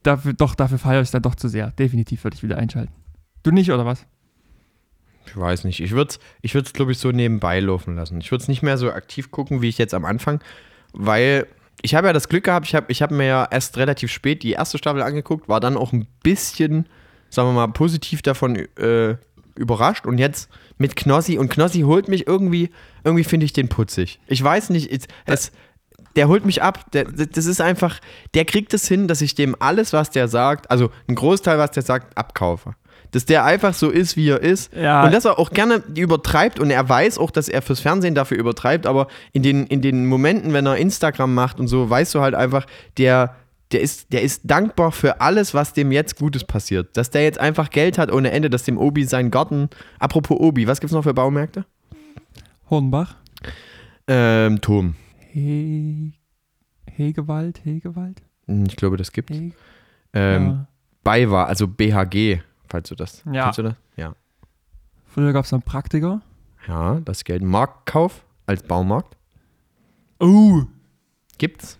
dafür feiere ich es dann doch zu sehr. Definitiv würde ich wieder einschalten. Du nicht, oder was? Ich weiß nicht. Ich würde es, glaube ich, so nebenbei laufen lassen. Ich würde es nicht mehr so aktiv gucken, wie ich jetzt am Anfang, weil ich habe ja das Glück gehabt, ich habe mir ja erst relativ spät die erste Staffel angeguckt, war dann auch ein bisschen, sagen wir mal, positiv davon überrascht und jetzt mit Knossi und Knossi holt mich irgendwie finde ich den putzig. Ich weiß nicht, der holt mich ab, das ist einfach, der kriegt es hin, dass ich dem alles, was der sagt, also einen Großteil, was der sagt, abkaufe. Dass der einfach so ist, wie er ist. Ja. Und dass er auch gerne übertreibt und er weiß auch, dass er fürs Fernsehen dafür übertreibt, aber in den Momenten, wenn er Instagram macht und so, weißt du halt einfach, der ist dankbar für alles, was dem jetzt Gutes passiert. Dass der jetzt einfach Geld hat ohne Ende, dass dem Obi seinen Garten, apropos Obi, was gibt's noch für Baumärkte? Hornbach. Turm. Hegewald? Ich glaube, das gibt's. BayWa, also BHG. Falls du das. Ja. Kennst du das? Ja. Früher gab es einen Praktiker. Ja, das Geld. Marktkauf als Baumarkt. Oh. Gibt's?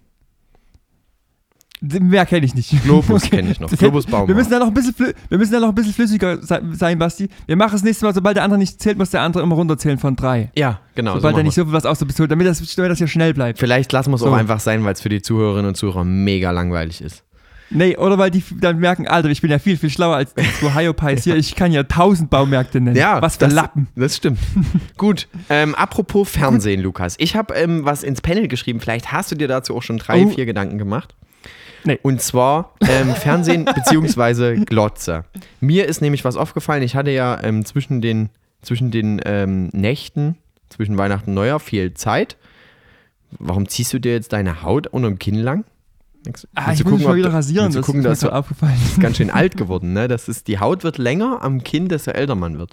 Mehr kenne ich nicht. Globus kenne ich noch. Globus Baumarkt. Wir müssen da noch ein bisschen flüssiger sein, Basti. Wir machen das nächste Mal, sobald der andere nicht zählt, muss der andere immer runterzählen von 3. Ja, genau. Sobald er nicht so viel was ausbezahlt, damit das hier schnell bleibt. Vielleicht lassen wir es auch einfach sein, weil es für die Zuhörerinnen und Zuhörer mega langweilig ist. Nee, oder weil die dann merken, Alter, ich bin ja viel, viel schlauer als die Ohio Pies hier. Ich kann ja 1000 Baumärkte nennen. Ja, was für Lappen. Das stimmt. Gut, apropos Fernsehen, Lukas. Ich habe was ins Panel geschrieben. Vielleicht hast du dir dazu auch schon 3-4 Gedanken gemacht. Nee. Und zwar Fernsehen bzw. Glotze. Mir ist nämlich was aufgefallen. Ich hatte ja zwischen den Nächten, zwischen Weihnachten und Neujahr viel Zeit. Warum ziehst du dir jetzt deine Haut unterm Kinn lang? Ich muss mich mal wieder rasieren, das ist mir so aufgefallen. Das ist ganz schön alt geworden, ne? Die Haut wird länger am Kinn, desto älter man wird.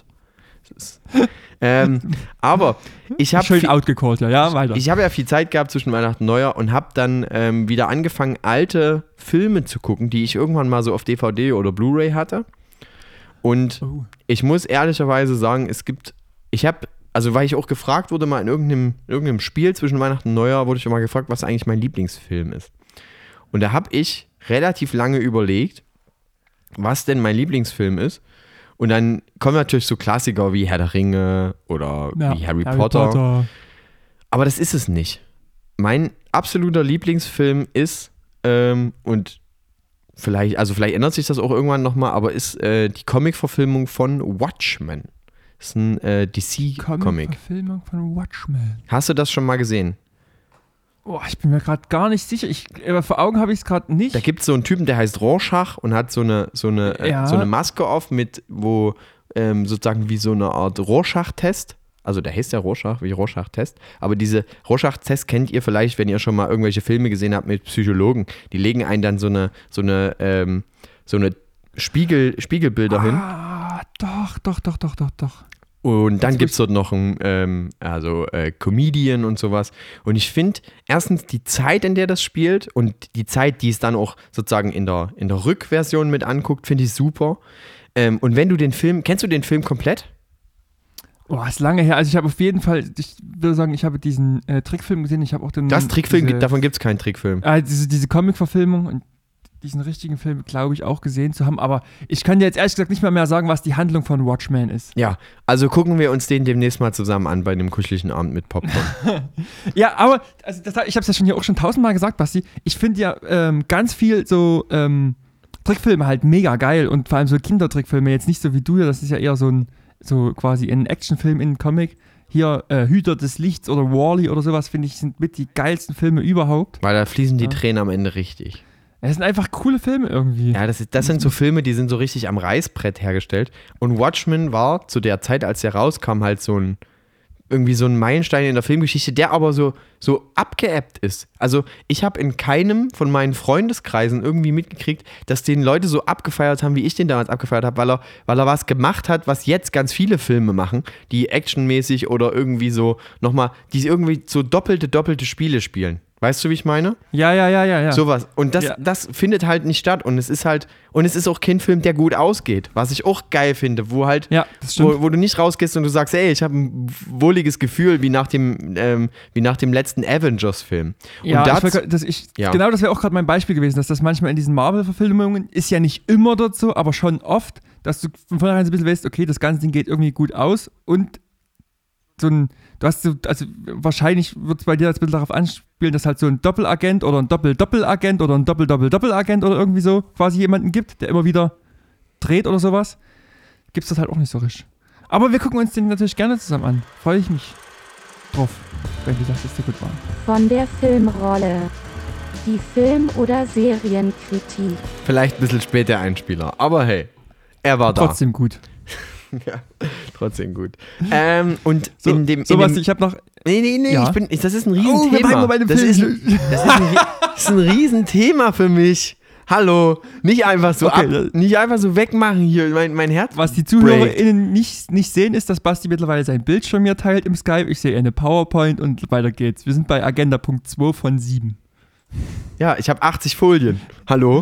Aber ich habe schön outgecallt, ja, weiter. Ich habe ja viel Zeit gehabt zwischen Weihnachten und Neujahr und habe dann wieder angefangen, alte Filme zu gucken, die ich irgendwann mal so auf DVD oder Blu-ray hatte. Und ich muss ehrlicherweise sagen, weil ich auch gefragt wurde, mal in irgendeinem Spiel zwischen Weihnachten und Neujahr, wurde ich mal gefragt, was eigentlich mein Lieblingsfilm ist. Und da habe ich relativ lange überlegt, was denn mein Lieblingsfilm ist. Und dann kommen natürlich so Klassiker wie Herr der Ringe oder wie Harry Potter. Aber das ist es nicht. Mein absoluter Lieblingsfilm ist, und vielleicht ändert sich das auch irgendwann nochmal, aber ist die Comic-Verfilmung von Watchmen. Das ist ein DC-Comic. Comic-Verfilmung von Watchmen. Hast du das schon mal gesehen? Oh, ich bin mir gerade gar nicht sicher. Vor Augen habe ich es gerade nicht. Da gibt es so einen Typen, der heißt Rorschach und hat so eine Maske auf, wo sozusagen wie so eine Art Rorschach-Test. Also der heißt ja Rorschach, wie Rorschach-Test. Aber diese Rorschach-Test kennt ihr vielleicht, wenn ihr schon mal irgendwelche Filme gesehen habt mit Psychologen. Die legen einen dann so eine Spiegelbilder hin. Doch. Und dann gibt es dort noch einen Comedian und sowas. Und ich finde, erstens die Zeit, in der das spielt und die Zeit, die es dann auch sozusagen in der Rückversion mit anguckt, finde ich super. Und wenn du kennst du den Film komplett? Oh, ist lange her. Also ich habe auf jeden Fall, ich würde sagen, ich habe diesen Trickfilm gesehen. Ich habe auch den... Das Trickfilm, davon gibt es keinen Trickfilm. Diese Comic-Verfilmung und diesen richtigen Film, glaube ich, auch gesehen zu haben. Aber ich kann dir jetzt ehrlich gesagt nicht mehr sagen, was die Handlung von Watchmen ist. Ja, also gucken wir uns den demnächst mal zusammen an bei einem kuscheligen Abend mit Popcorn. Ja, aber ich habe es ja schon hier auch schon 1000-mal gesagt, Basti. Ich finde ja ganz viel so Trickfilme halt mega geil und vor allem so Kindertrickfilme. Jetzt nicht so wie du, das ist ja eher so quasi ein Actionfilm in einem Comic. Hier Hüter des Lichts oder Wall-E oder sowas, finde ich, sind mit die geilsten Filme überhaupt. Weil da fließen die Tränen am Ende richtig. Es sind einfach coole Filme irgendwie. Ja, das sind so Filme, die sind so richtig am Reißbrett hergestellt. Und Watchmen war zu der Zeit, als der rauskam, halt so ein Meilenstein in der Filmgeschichte, der aber so abgeebbt ist. Also ich habe in keinem von meinen Freundeskreisen irgendwie mitgekriegt, dass den Leute so abgefeiert haben, wie ich den damals abgefeiert habe, weil er was gemacht hat, was jetzt ganz viele Filme machen, die actionmäßig oder irgendwie so nochmal, die irgendwie so doppelte Spiele spielen. Weißt du, wie ich meine? Ja. Sowas. Und das findet halt nicht statt. Und es ist auch kein Film, der gut ausgeht. Was ich auch geil finde, wo halt, das stimmt. wo du nicht rausgehst und du sagst, ey, ich habe ein wohliges Gefühl, wie nach dem letzten Avengers-Film. Ja, genau das wäre auch gerade mein Beispiel gewesen, dass das manchmal in diesen Marvel-Verfilmungen ist ja nicht immer dort so, aber schon oft, dass du von vornherein so ein bisschen weißt, okay, das ganze Ding geht irgendwie gut aus und also wahrscheinlich wird es bei dir als bisschen darauf anspielen, dass halt so ein Doppelagent oder ein Doppel-Doppelagent oder ein Doppel-Doppel-Doppelagent oder irgendwie so quasi jemanden gibt, der immer wieder dreht oder sowas. Gibt's das halt auch nicht so richtig. Aber wir gucken uns den natürlich gerne zusammen an. Freue ich mich drauf, wenn du sagst, dass der gut war. Von der Filmrolle. Die Film- oder Serienkritik. Vielleicht ein bisschen später Einspieler, aber hey, er war da. Trotzdem gut. Ja, trotzdem gut. Und so, in dem. Ich habe noch. Nee, ja. das ist ein Riesenthema. Das ist ein Riesenthema für mich. Hallo, nicht einfach so nicht einfach so wegmachen hier, mein Herz. Was die ZuhörerInnen nicht sehen, ist, dass Basti mittlerweile sein Bildschirm mir teilt im Skype. Ich sehe eine PowerPoint und weiter geht's. Wir sind bei Agenda Punkt 2 von 7. Ja, ich habe 80 Folien. Hallo.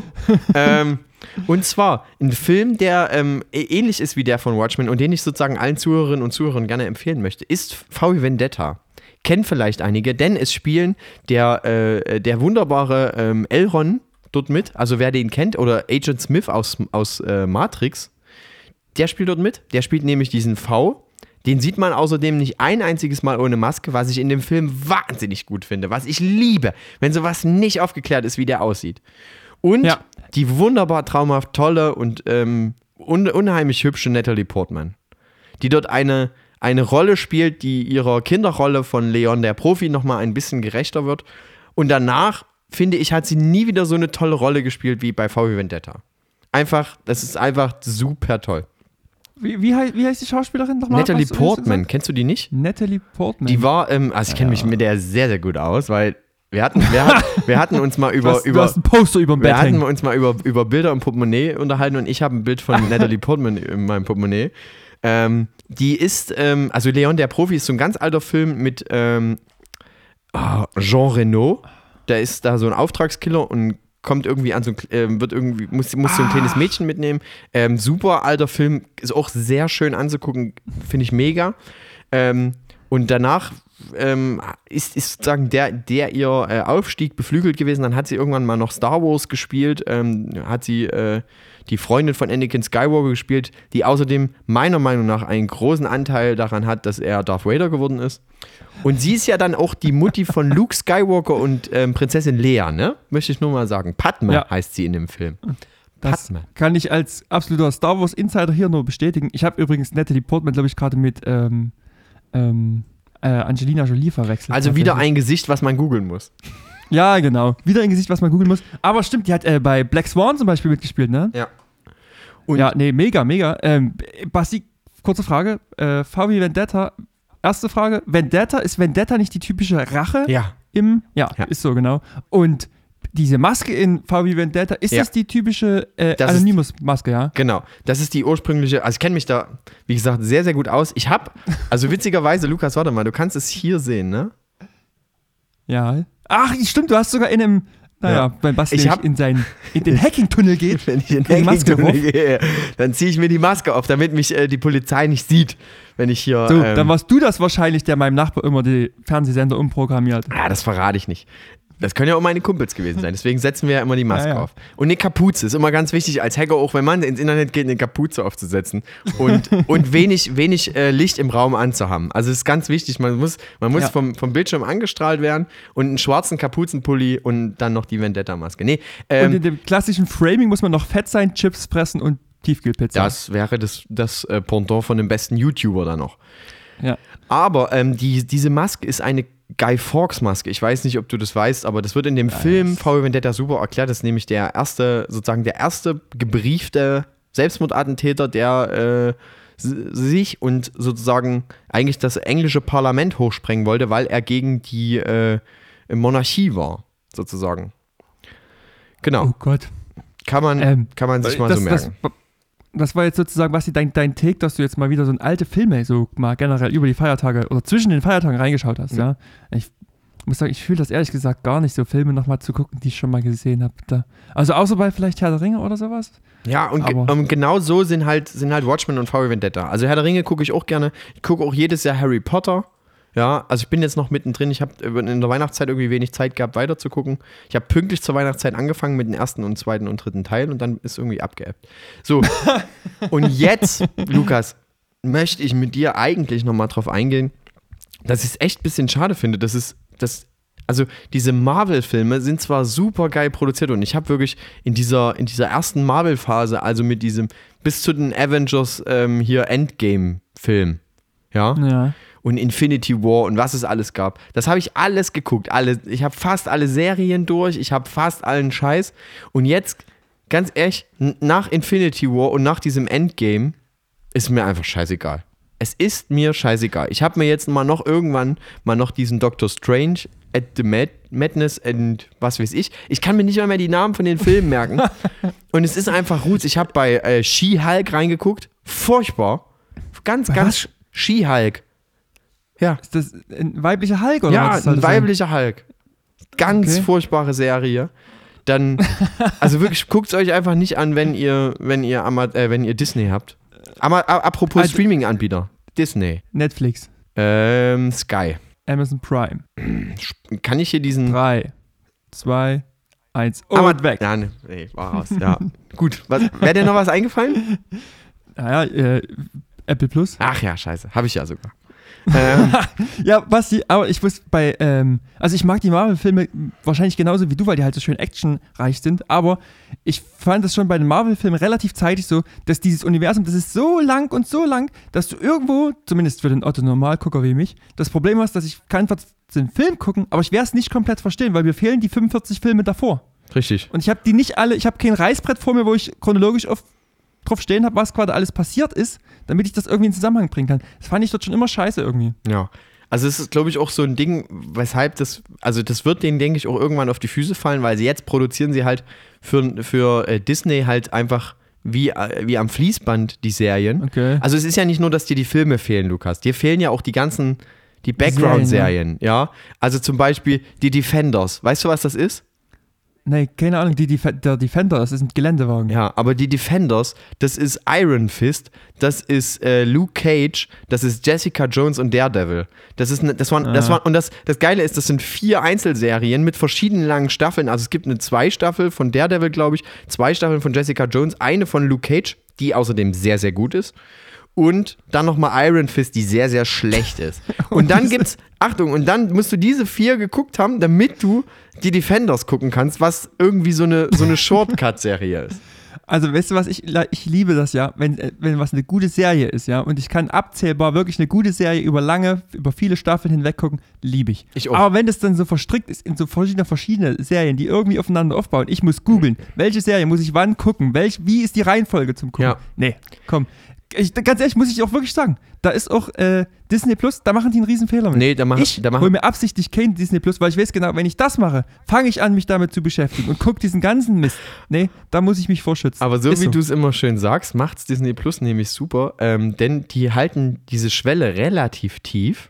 Und zwar ein Film, der ähnlich ist wie der von Watchmen und den ich sozusagen allen Zuhörerinnen und Zuhörern gerne empfehlen möchte, ist V wie Vendetta. Kennen vielleicht einige, denn es spielen der wunderbare Elrond dort mit, also wer den kennt, oder Agent Smith aus Matrix, der spielt dort mit. Der spielt nämlich diesen V. Den sieht man außerdem nicht ein einziges Mal ohne Maske, was ich in dem Film wahnsinnig gut finde, was ich liebe, wenn sowas nicht aufgeklärt ist, wie der aussieht. Und die wunderbar traumhaft tolle und unheimlich hübsche Natalie Portman, die dort eine Rolle spielt, die ihrer Kinderrolle von Leon der Profi nochmal ein bisschen gerechter wird. Und danach, finde ich, hat sie nie wieder so eine tolle Rolle gespielt wie bei V wie Vendetta. Das ist einfach super toll. Wie heißt die Schauspielerin nochmal? Natalie Portman, kennst du die nicht? Natalie Portman. Die war, also ich kenne mich mit der sehr, sehr gut aus, weil wir hatten uns mal über du hast ein Poster über dem Bett hängen. Wir hatten uns mal über Bilder im Portemonnaie unterhalten und ich habe ein Bild von Natalie Portman in meinem Portemonnaie. Die ist, also Leon der Profi ist so ein ganz alter Film mit Jean Reno. Der ist da so ein Auftragskiller und kommt irgendwie an muss so ein kleines Mädchen mitnehmen. Super alter Film, ist auch sehr schön anzugucken, finde ich mega. Und danach ist sozusagen der ihr Aufstieg beflügelt gewesen. Dann hat sie irgendwann mal noch Star Wars gespielt, hat sie die Freundin von Anakin Skywalker gespielt, die außerdem meiner Meinung nach einen großen Anteil daran hat, dass er Darth Vader geworden ist. Und sie ist ja dann auch die Mutti von Luke Skywalker und Prinzessin Leia, ne? Möchte ich nur mal sagen. Padme heißt sie in dem Film. Das kann ich als absoluter Star Wars Insider hier nur bestätigen. Ich habe übrigens Natalie Portman, glaube ich, gerade mit Angelina Jolie verwechselt. Also wieder ein Gesicht, was man googeln muss. Ja, genau. Wieder ein Gesicht, was man googeln muss. Aber stimmt, die hat bei Black Swan zum Beispiel mitgespielt, ne? Ja. Und mega. Basti, kurze Frage. V wie Vendetta. Erste Frage. Ist Vendetta nicht die typische Rache? Ja. Ist so, genau. Und diese Maske in V wie Vendetta, ist das die typische Anonymous-Maske, ja? Genau. Das ist die ursprüngliche, also ich kenne mich da, wie gesagt, sehr, sehr gut aus. Ich habe, also witzigerweise, Lukas, warte mal, du kannst es hier sehen, ne? Ja. Ach, stimmt, du hast sogar in einem, wenn Basti in den Hacking-Tunnel geht, wenn ich in den Hacking-Tunnel gehe, dann ziehe ich mir die Maske auf, damit mich die Polizei nicht sieht, wenn ich hier... So, dann warst du das wahrscheinlich, der meinem Nachbar immer die Fernsehsender umprogrammiert. Das verrate ich nicht. Das können ja auch meine Kumpels gewesen sein, deswegen setzen wir ja immer die Maske auf. Und eine Kapuze ist immer ganz wichtig als Hacker, auch wenn man ins Internet geht, eine Kapuze aufzusetzen und wenig Licht im Raum anzuhaben. Also es ist ganz wichtig, man muss vom Bildschirm angestrahlt werden und einen schwarzen Kapuzenpulli und dann noch die Vendetta-Maske. Und in dem klassischen Framing muss man noch fett sein, Chips fressen und Tiefkühlpizza. Das wäre das Pendant von dem besten YouTuber da noch. Ja. Aber diese Maske ist eine Guy Fawkes Maske. Ich weiß nicht, ob du das weißt, aber das wird in dem Film V wie Vendetta super erklärt. Das ist nämlich der erste gebriefte Selbstmordattentäter, der sich und sozusagen eigentlich das englische Parlament hochsprengen wollte, weil er gegen die Monarchie war, sozusagen. Genau. Oh Gott. Kann man sich mal so merken. Das war jetzt sozusagen, Basti, dein Take, dass du jetzt mal wieder so alte Filme so mal generell über die Feiertage oder zwischen den Feiertagen reingeschaut hast, ja? muss sagen, ich fühle das ehrlich gesagt gar nicht, so Filme nochmal zu gucken, die ich schon mal gesehen habe. Also außer bei vielleicht Herr der Ringe oder sowas. Ja, und genau so sind halt Watchmen und V Vendetta. Also Herr der Ringe gucke ich auch gerne. Ich gucke auch jedes Jahr Harry Potter. Ja, also ich bin jetzt noch mittendrin. Ich habe in der Weihnachtszeit irgendwie wenig Zeit gehabt, weiter zu gucken. Ich habe pünktlich zur Weihnachtszeit angefangen mit dem ersten und zweiten und dritten Teil und dann ist irgendwie abgeebbt. So, und jetzt, Lukas, möchte ich mit dir eigentlich nochmal drauf eingehen, dass ich es echt ein bisschen schade finde, also diese Marvel-Filme sind zwar super geil produziert und ich habe wirklich in dieser ersten Marvel-Phase, also mit diesem bis zu den Avengers hier Endgame-Film, ja, und Infinity War und was es alles gab, das habe ich alles geguckt, ich habe fast alle Serien durch, ich habe fast allen Scheiß und jetzt, ganz ehrlich, nach Infinity War und nach diesem Endgame ist mir einfach scheißegal. Es ist mir scheißegal. Ich habe mir jetzt irgendwann noch diesen Doctor Strange at the Madness and was weiß ich. Ich kann mir nicht mehr die Namen von den Filmen merken. Und es ist einfach Roots. Ich habe bei She-Hulk reingeguckt. Furchtbar. Ganz She-Hulk. Ja. Ist das ein weiblicher Hulk oder ja, was? Ja, ein weiblicher Hulk. Ganz furchtbare Serie. Dann, also wirklich, guckt es euch einfach nicht an, wenn ihr Disney habt. Aber apropos Streaming-Anbieter. Disney. Netflix. Sky. Amazon Prime. Kann ich hier diesen... 3, 2, 1 und weg. Ja, nee, war raus. Ja. Gut. Wäre dir noch was eingefallen? Naja, Apple Plus. Ach ja, scheiße. Habe ich ja sogar. Ja, Basti, aber ich wusste also ich mag die Marvel-Filme wahrscheinlich genauso wie du, weil die halt so schön actionreich sind, aber ich fand das schon bei den Marvel-Filmen relativ zeitig so, dass dieses Universum, das ist so lang, dass du irgendwo, zumindest für den Otto-Normalgucker wie mich, das Problem hast, dass ich kann den Film gucken, aber ich werde es nicht komplett verstehen, weil mir fehlen die 45 Filme davor. Richtig. Und ich habe die nicht alle, ich habe kein Reißbrett vor mir, wo ich chronologisch drauf stehen habe, was gerade alles passiert ist, damit ich das irgendwie in Zusammenhang bringen kann. Das fand ich dort schon immer scheiße irgendwie. Ja. Also es ist, glaube ich, auch so ein Ding, weshalb das wird denen, denke ich, auch irgendwann auf die Füße fallen, weil jetzt produzieren sie halt für Disney halt einfach wie am Fließband die Serien. Okay. Also es ist ja nicht nur, dass dir die Filme fehlen, Lukas. Dir fehlen ja auch die Background-Serien, ja. Also zum Beispiel die Defenders. Weißt du, was das ist? Nee, keine Ahnung, der Defender, das ist ein Geländewagen. Ja, aber die Defenders, das ist Iron Fist, das ist Luke Cage, das ist Jessica Jones und Daredevil. Und das Geile ist, das sind 4 Einzelserien mit verschiedenen langen Staffeln. Also es gibt eine 2 Staffel von Daredevil, glaube ich, 2 Staffeln von Jessica Jones, eine von Luke Cage, die außerdem sehr, sehr gut ist. Und dann nochmal Iron Fist, die sehr, sehr schlecht ist. Und dann gibt's, Achtung, und dann musst du diese 4 geguckt haben, damit du die Defenders gucken kannst, was irgendwie so eine Shortcut-Serie ist. Also, weißt du was, ich liebe das ja, wenn was eine gute Serie ist, ja, und ich kann abzählbar wirklich eine gute Serie über viele Staffeln hinweg gucken, liebe ich. Ich auch. Aber wenn das dann so verstrickt ist in so verschiedene Serien, die irgendwie aufeinander aufbauen, ich muss googeln, welche Serie muss ich wann gucken, wie ist die Reihenfolge zum Gucken? Ja. Nee, komm. Ganz ehrlich, muss ich auch wirklich sagen, da ist auch Disney Plus, da machen die einen riesen Fehler mit. Nee, ich hole mir absichtlich kein Disney Plus, weil ich weiß genau, wenn ich das mache, fange ich an, mich damit zu beschäftigen und gucke diesen ganzen Mist. Nee, da muss ich mich vorschützen. Aber so wie du es immer schön sagst, macht's Disney Plus nämlich super, denn die halten diese Schwelle relativ tief,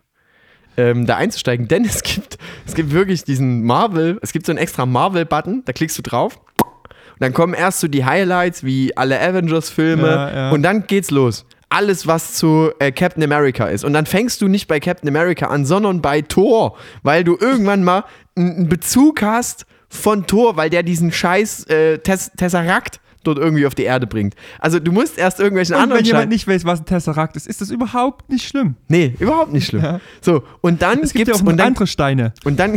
da einzusteigen, denn es gibt wirklich es gibt so einen extra Marvel-Button, da klickst du drauf. Und dann kommen erst so die Highlights, wie alle Avengers-Filme, und dann geht's los. Alles, was zu Captain America ist. Und dann fängst du nicht bei Captain America an, sondern bei Thor, weil du irgendwann mal einen Bezug hast von Thor, weil der diesen scheiß Tesseract dort irgendwie auf die Erde bringt. Also du musst erst irgendwelchen anderen... wenn jemand nicht weiß, was ein Tesseract ist das überhaupt nicht schlimm. Nee, überhaupt nicht schlimm. Ja. So, und dann es gibt ja auch andere Steine.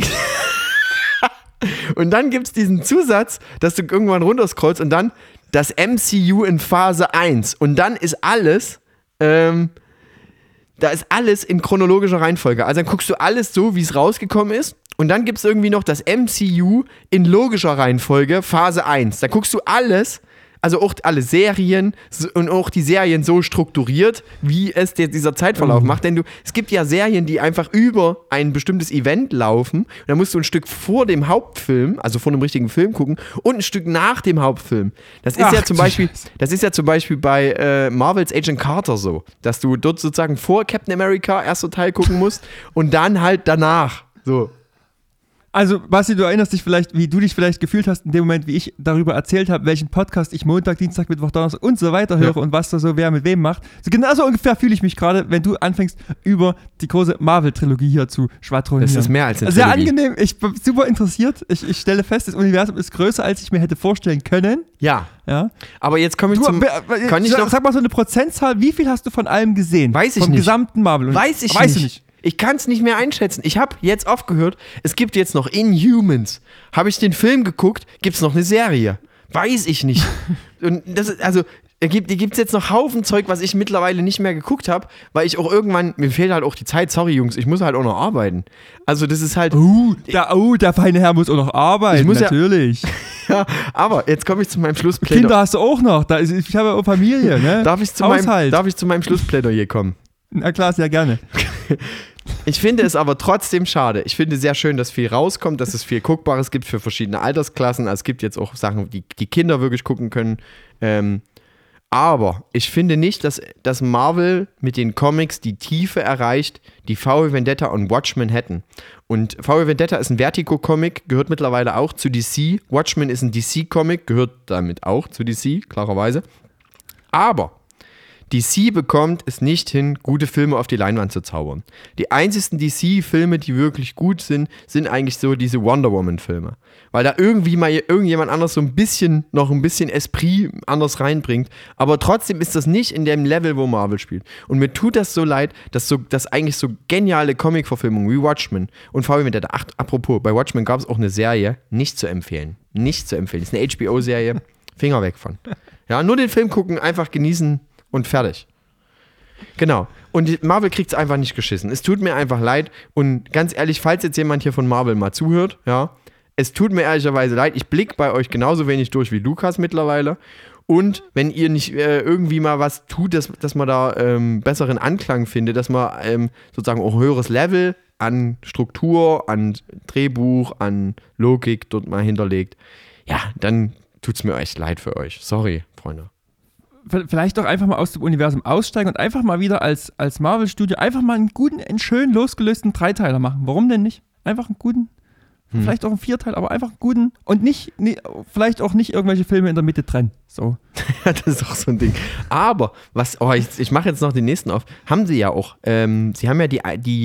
Und dann gibt es diesen Zusatz, dass du irgendwann runterscrollst und dann das MCU in Phase 1. Und dann ist alles, da ist alles in chronologischer Reihenfolge. Also dann guckst du alles so, wie es rausgekommen ist. Und dann gibt es irgendwie noch das MCU in logischer Reihenfolge, Phase 1. Da guckst du alles, also auch alle Serien und auch die Serien so strukturiert, wie es dieser Zeitverlauf macht. Denn es gibt ja Serien, die einfach über ein bestimmtes Event laufen. Und da musst du ein Stück vor dem Hauptfilm, also vor einem richtigen Film gucken, und ein Stück nach dem Hauptfilm. Das ist ja zum Beispiel bei Marvels Agent Carter so, dass du dort sozusagen vor Captain America erster Teil gucken musst und dann halt danach. So. Also, Basti, du erinnerst dich vielleicht, wie du dich vielleicht gefühlt hast in dem Moment, wie ich darüber erzählt habe, welchen Podcast ich Montag, Dienstag, Mittwoch, Donnerstag und so weiter höre und was da so wer mit wem macht. So genauso ungefähr fühle ich mich gerade, wenn du anfängst, über die große Marvel-Trilogie hier zu schwadronieren. Das ist mehr als eine Sehr Trilogie. angenehm, ich bin super interessiert. Ich stelle fest, das Universum ist größer, als ich mir hätte vorstellen können. Ja. Ja. Aber jetzt komme ich zum... Sag mal so eine Prozentzahl, wie viel hast du von allem gesehen? Weiß ich Vom nicht. gesamten Marvel. Weiß ich Weißt du nicht. Ich kann es nicht mehr einschätzen. Ich habe jetzt aufgehört, es gibt jetzt noch Inhumans. Habe ich den Film geguckt, gibt es noch eine Serie. Weiß ich nicht. Und das ist, also, die gibt es jetzt noch Haufen Zeug, was ich mittlerweile nicht mehr geguckt habe, weil ich auch irgendwann, mir fehlt halt auch die Zeit, sorry Jungs, ich muss halt auch noch arbeiten. Also das ist halt... Der feine Herr muss auch noch arbeiten, Ich muss natürlich. Ja, aber jetzt komme ich zu meinem Schlussplädoyer. Kinder hast du auch noch, ich habe ja auch Familie, ne? Darf ich zu meinem Schlussplädoyer kommen? Na klar, sehr gerne. Ich finde es aber trotzdem schade. Ich finde sehr schön, dass viel rauskommt, dass es viel Guckbares gibt für verschiedene Altersklassen. Also es gibt jetzt auch Sachen, die Kinder wirklich gucken können. Aber ich finde nicht, dass Marvel mit den Comics die Tiefe erreicht, die V Vendetta und Watchmen hätten. Und V Vendetta ist ein Vertigo-Comic, gehört mittlerweile auch zu DC. Watchmen ist ein DC-Comic, gehört damit auch zu DC, klarerweise. Aber DC bekommt es nicht hin, gute Filme auf die Leinwand zu zaubern. Die einzigsten DC-Filme, die wirklich gut sind, sind eigentlich so diese Wonder Woman-Filme. Weil da irgendwie mal irgendjemand anders noch ein bisschen Esprit anders reinbringt. Aber trotzdem ist das nicht in dem Level, wo Marvel spielt. Und mir tut das so leid, dass eigentlich so geniale Comic-Verfilmungen wie Watchmen und V Vendetta, apropos, bei Watchmen gab es auch eine Serie, nicht zu empfehlen. Nicht zu empfehlen. Das ist eine HBO-Serie, Finger weg von. Ja, nur den Film gucken, einfach genießen und fertig. Genau. Und Marvel kriegt es einfach nicht geschissen. Es tut mir einfach leid. Und ganz ehrlich, falls jetzt jemand hier von Marvel mal zuhört, ja, es tut mir ehrlicherweise leid. Ich blicke bei euch genauso wenig durch wie Lukas mittlerweile. Und wenn ihr nicht irgendwie mal was tut, dass man da besseren Anklang findet, dass man sozusagen auch ein höheres Level an Struktur, an Drehbuch, an Logik dort mal hinterlegt, ja, dann tut es mir echt leid für euch. Sorry, Freunde. Vielleicht doch einfach mal aus dem Universum aussteigen und einfach mal wieder als Marvel-Studio einfach mal einen schön losgelösten Dreiteiler machen. Warum denn nicht? Einfach einen guten, vielleicht auch einen Vierteil, aber einfach einen guten und vielleicht auch nicht irgendwelche Filme in der Mitte trennen. So. Das ist auch so ein Ding. Aber, ich mache jetzt noch den nächsten auf. Haben sie ja auch. Sie haben ja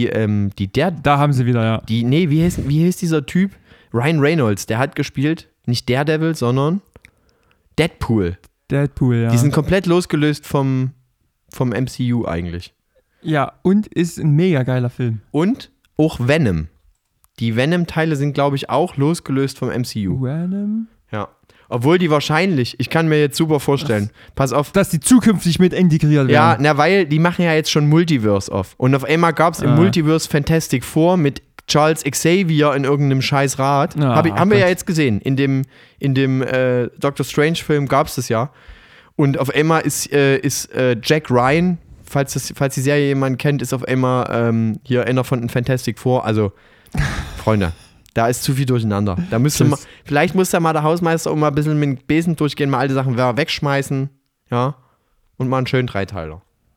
Da haben sie wieder, ja. Wie heißt dieser Typ? Ryan Reynolds, der hat gespielt, nicht Daredevil, sondern Deadpool. Deadpool, ja. Die sind komplett losgelöst vom MCU eigentlich. Ja, und ist ein mega geiler Film. Und auch Venom. Die Venom-Teile sind, glaube ich, auch losgelöst vom MCU. Venom? Ja. Obwohl die wahrscheinlich, ich kann mir jetzt super vorstellen, pass auf. Dass die zukünftig mit integriert werden. Ja, weil die machen ja jetzt schon Multiverse auf. Und auf einmal gab es im Multiverse Fantastic Four mit Charles Xavier in irgendeinem scheiß Rad. Haben wir ja jetzt gesehen. In dem Doctor Strange-Film gab es das ja. Und auf einmal ist Jack Ryan, falls die Serie jemand kennt, ist auf einmal hier einer von Fantastic Four. Also, Freunde, da ist zu viel durcheinander. Da vielleicht muss da mal der Hausmeister auch mal ein bisschen mit dem Besen durchgehen, mal alte Sachen wegschmeißen. Ja. Und mal einen schönen Dreiteiler.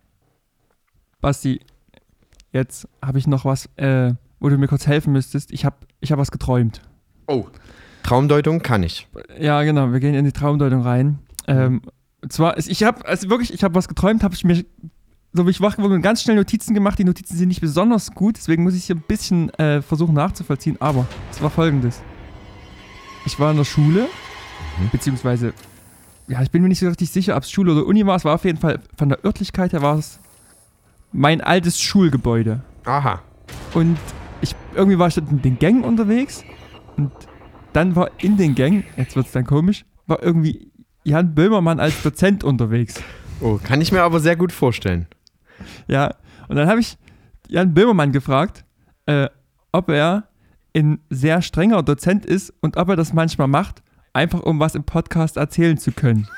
Basti, jetzt habe ich noch was, wo du mir kurz helfen müsstest. Ich hab was geträumt. Oh, Traumdeutung kann ich. Ja, genau, wir gehen in die Traumdeutung rein. Und zwar, ich habe was geträumt, habe ich mir, so wie ich wach geworden bin, ganz schnell Notizen gemacht. Die Notizen sind nicht besonders gut, deswegen muss ich hier ein bisschen versuchen nachzuvollziehen. Aber es war Folgendes. Ich war in der Schule, beziehungsweise, ja, ich bin mir nicht so richtig sicher, ob es Schule oder Uni war. Es war auf jeden Fall, von der Örtlichkeit her war es mein altes Schulgebäude. Aha. Und irgendwie war ich in den Gängen unterwegs und dann war in den Gängen, jetzt wird es dann komisch, war irgendwie Jan Böhmermann als Dozent unterwegs. Oh, kann ich mir aber sehr gut vorstellen. Ja, und dann habe ich Jan Böhmermann gefragt, ob er ein sehr strenger Dozent ist und ob er das manchmal macht, einfach um was im Podcast erzählen zu können.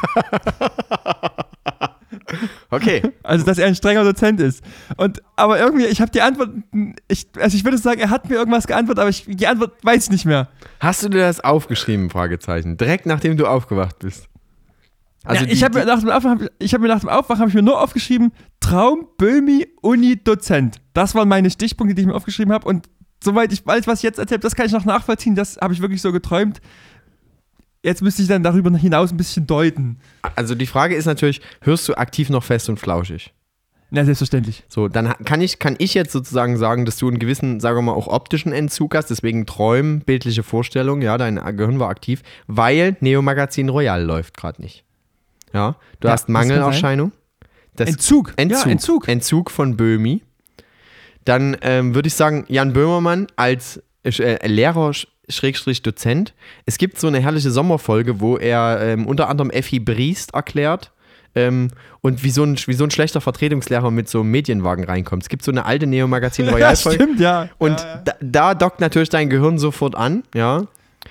Okay. Also, dass er ein strenger Dozent ist. Aber irgendwie, ich habe die Antwort, ich würde sagen, er hat mir irgendwas geantwortet, aber die Antwort weiß ich nicht mehr. Hast du dir das aufgeschrieben, Fragezeichen? Direkt nachdem du aufgewacht bist? Also ja, ich habe mir nach dem Aufwachen habe ich mir nur aufgeschrieben, Traum, Böhmi, Uni, Dozent. Das waren meine Stichpunkte, die ich mir aufgeschrieben habe und soweit ich weiß, was ich jetzt erzähle, das kann ich noch nachvollziehen, das habe ich wirklich so geträumt. Jetzt müsste ich dann darüber hinaus ein bisschen deuten. Also die Frage ist natürlich, hörst du aktiv noch fest und flauschig? Ja, selbstverständlich. So, dann kann ich jetzt sozusagen sagen, dass du einen gewissen, sagen wir mal, auch optischen Entzug hast, deswegen Träumen, bildliche Vorstellung, ja, dein Gehirn war aktiv, weil Neo Magazin Royal läuft gerade nicht. Ja, du hast Mangelerscheinung. Entzug. Ja, Entzug von Böhmi. Dann würde ich sagen, Jan Böhmermann als Lehrer-Dozent. Es gibt so eine herrliche Sommerfolge, wo er unter anderem Effi Briest erklärt und wie so ein schlechter Vertretungslehrer mit so einem Medienwagen reinkommt. Es gibt so eine alte Neo-Magazin Royal-Folge. Ja, stimmt, ja. Und da dockt natürlich dein Gehirn sofort an, ja.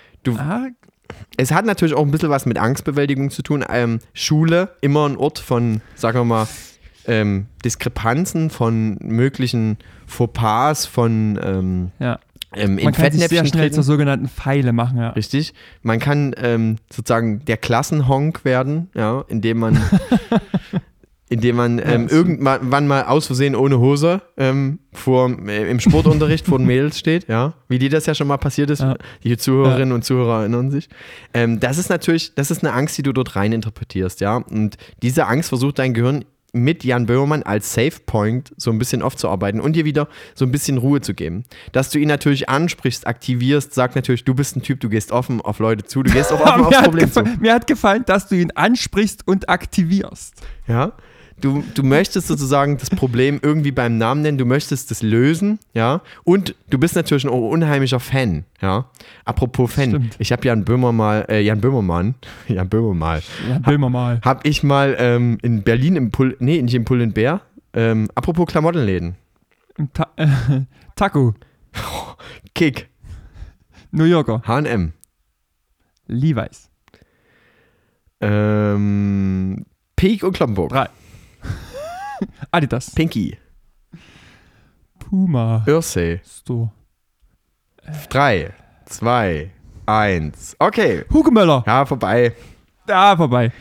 Es hat natürlich auch ein bisschen was mit Angstbewältigung zu tun. Schule, immer ein Ort von, sagen wir mal, Diskrepanzen, von möglichen Fauxpas, von man kann sich sehr schnell zur sogenannten Pfeile machen, ja. Richtig. Man kann sozusagen der Klassenhonk werden, ja, indem man irgendwann mal aus Versehen ohne Hose im Sportunterricht vor den Mädels steht, ja, wie dir das ja schon mal passiert ist, die Zuhörerinnen und Zuhörer erinnern sich. Das ist eine Angst, die du dort rein interpretierst, ja, und diese Angst versucht dein Gehirn mit Jan Böhmermann als Safe Point so ein bisschen aufzuarbeiten und dir wieder so ein bisschen Ruhe zu geben. Dass du ihn natürlich ansprichst, aktivierst, sagt natürlich, du bist ein Typ, du gehst offen auf Leute zu, du gehst auch offen aufs Problem zu. Mir hat gefallen, dass du ihn ansprichst und aktivierst. Ja, du möchtest sozusagen das Problem irgendwie beim Namen nennen, du möchtest das lösen, ja, und du bist natürlich ein unheimlicher Fan, ja. Apropos Fan, Stimmt. ich habe Jan Böhmermann, habe ich mal in Berlin nicht im Pull&Bear, apropos Klamottenläden. Taco. Kick. New Yorker. H&M. Levi's. Peek und Kloppenburg. 3. Adidas. Pinky. Puma. Ursay. Store. 3, 2, 1. Okay. Hugemöller. Ja, vorbei. Ja, vorbei.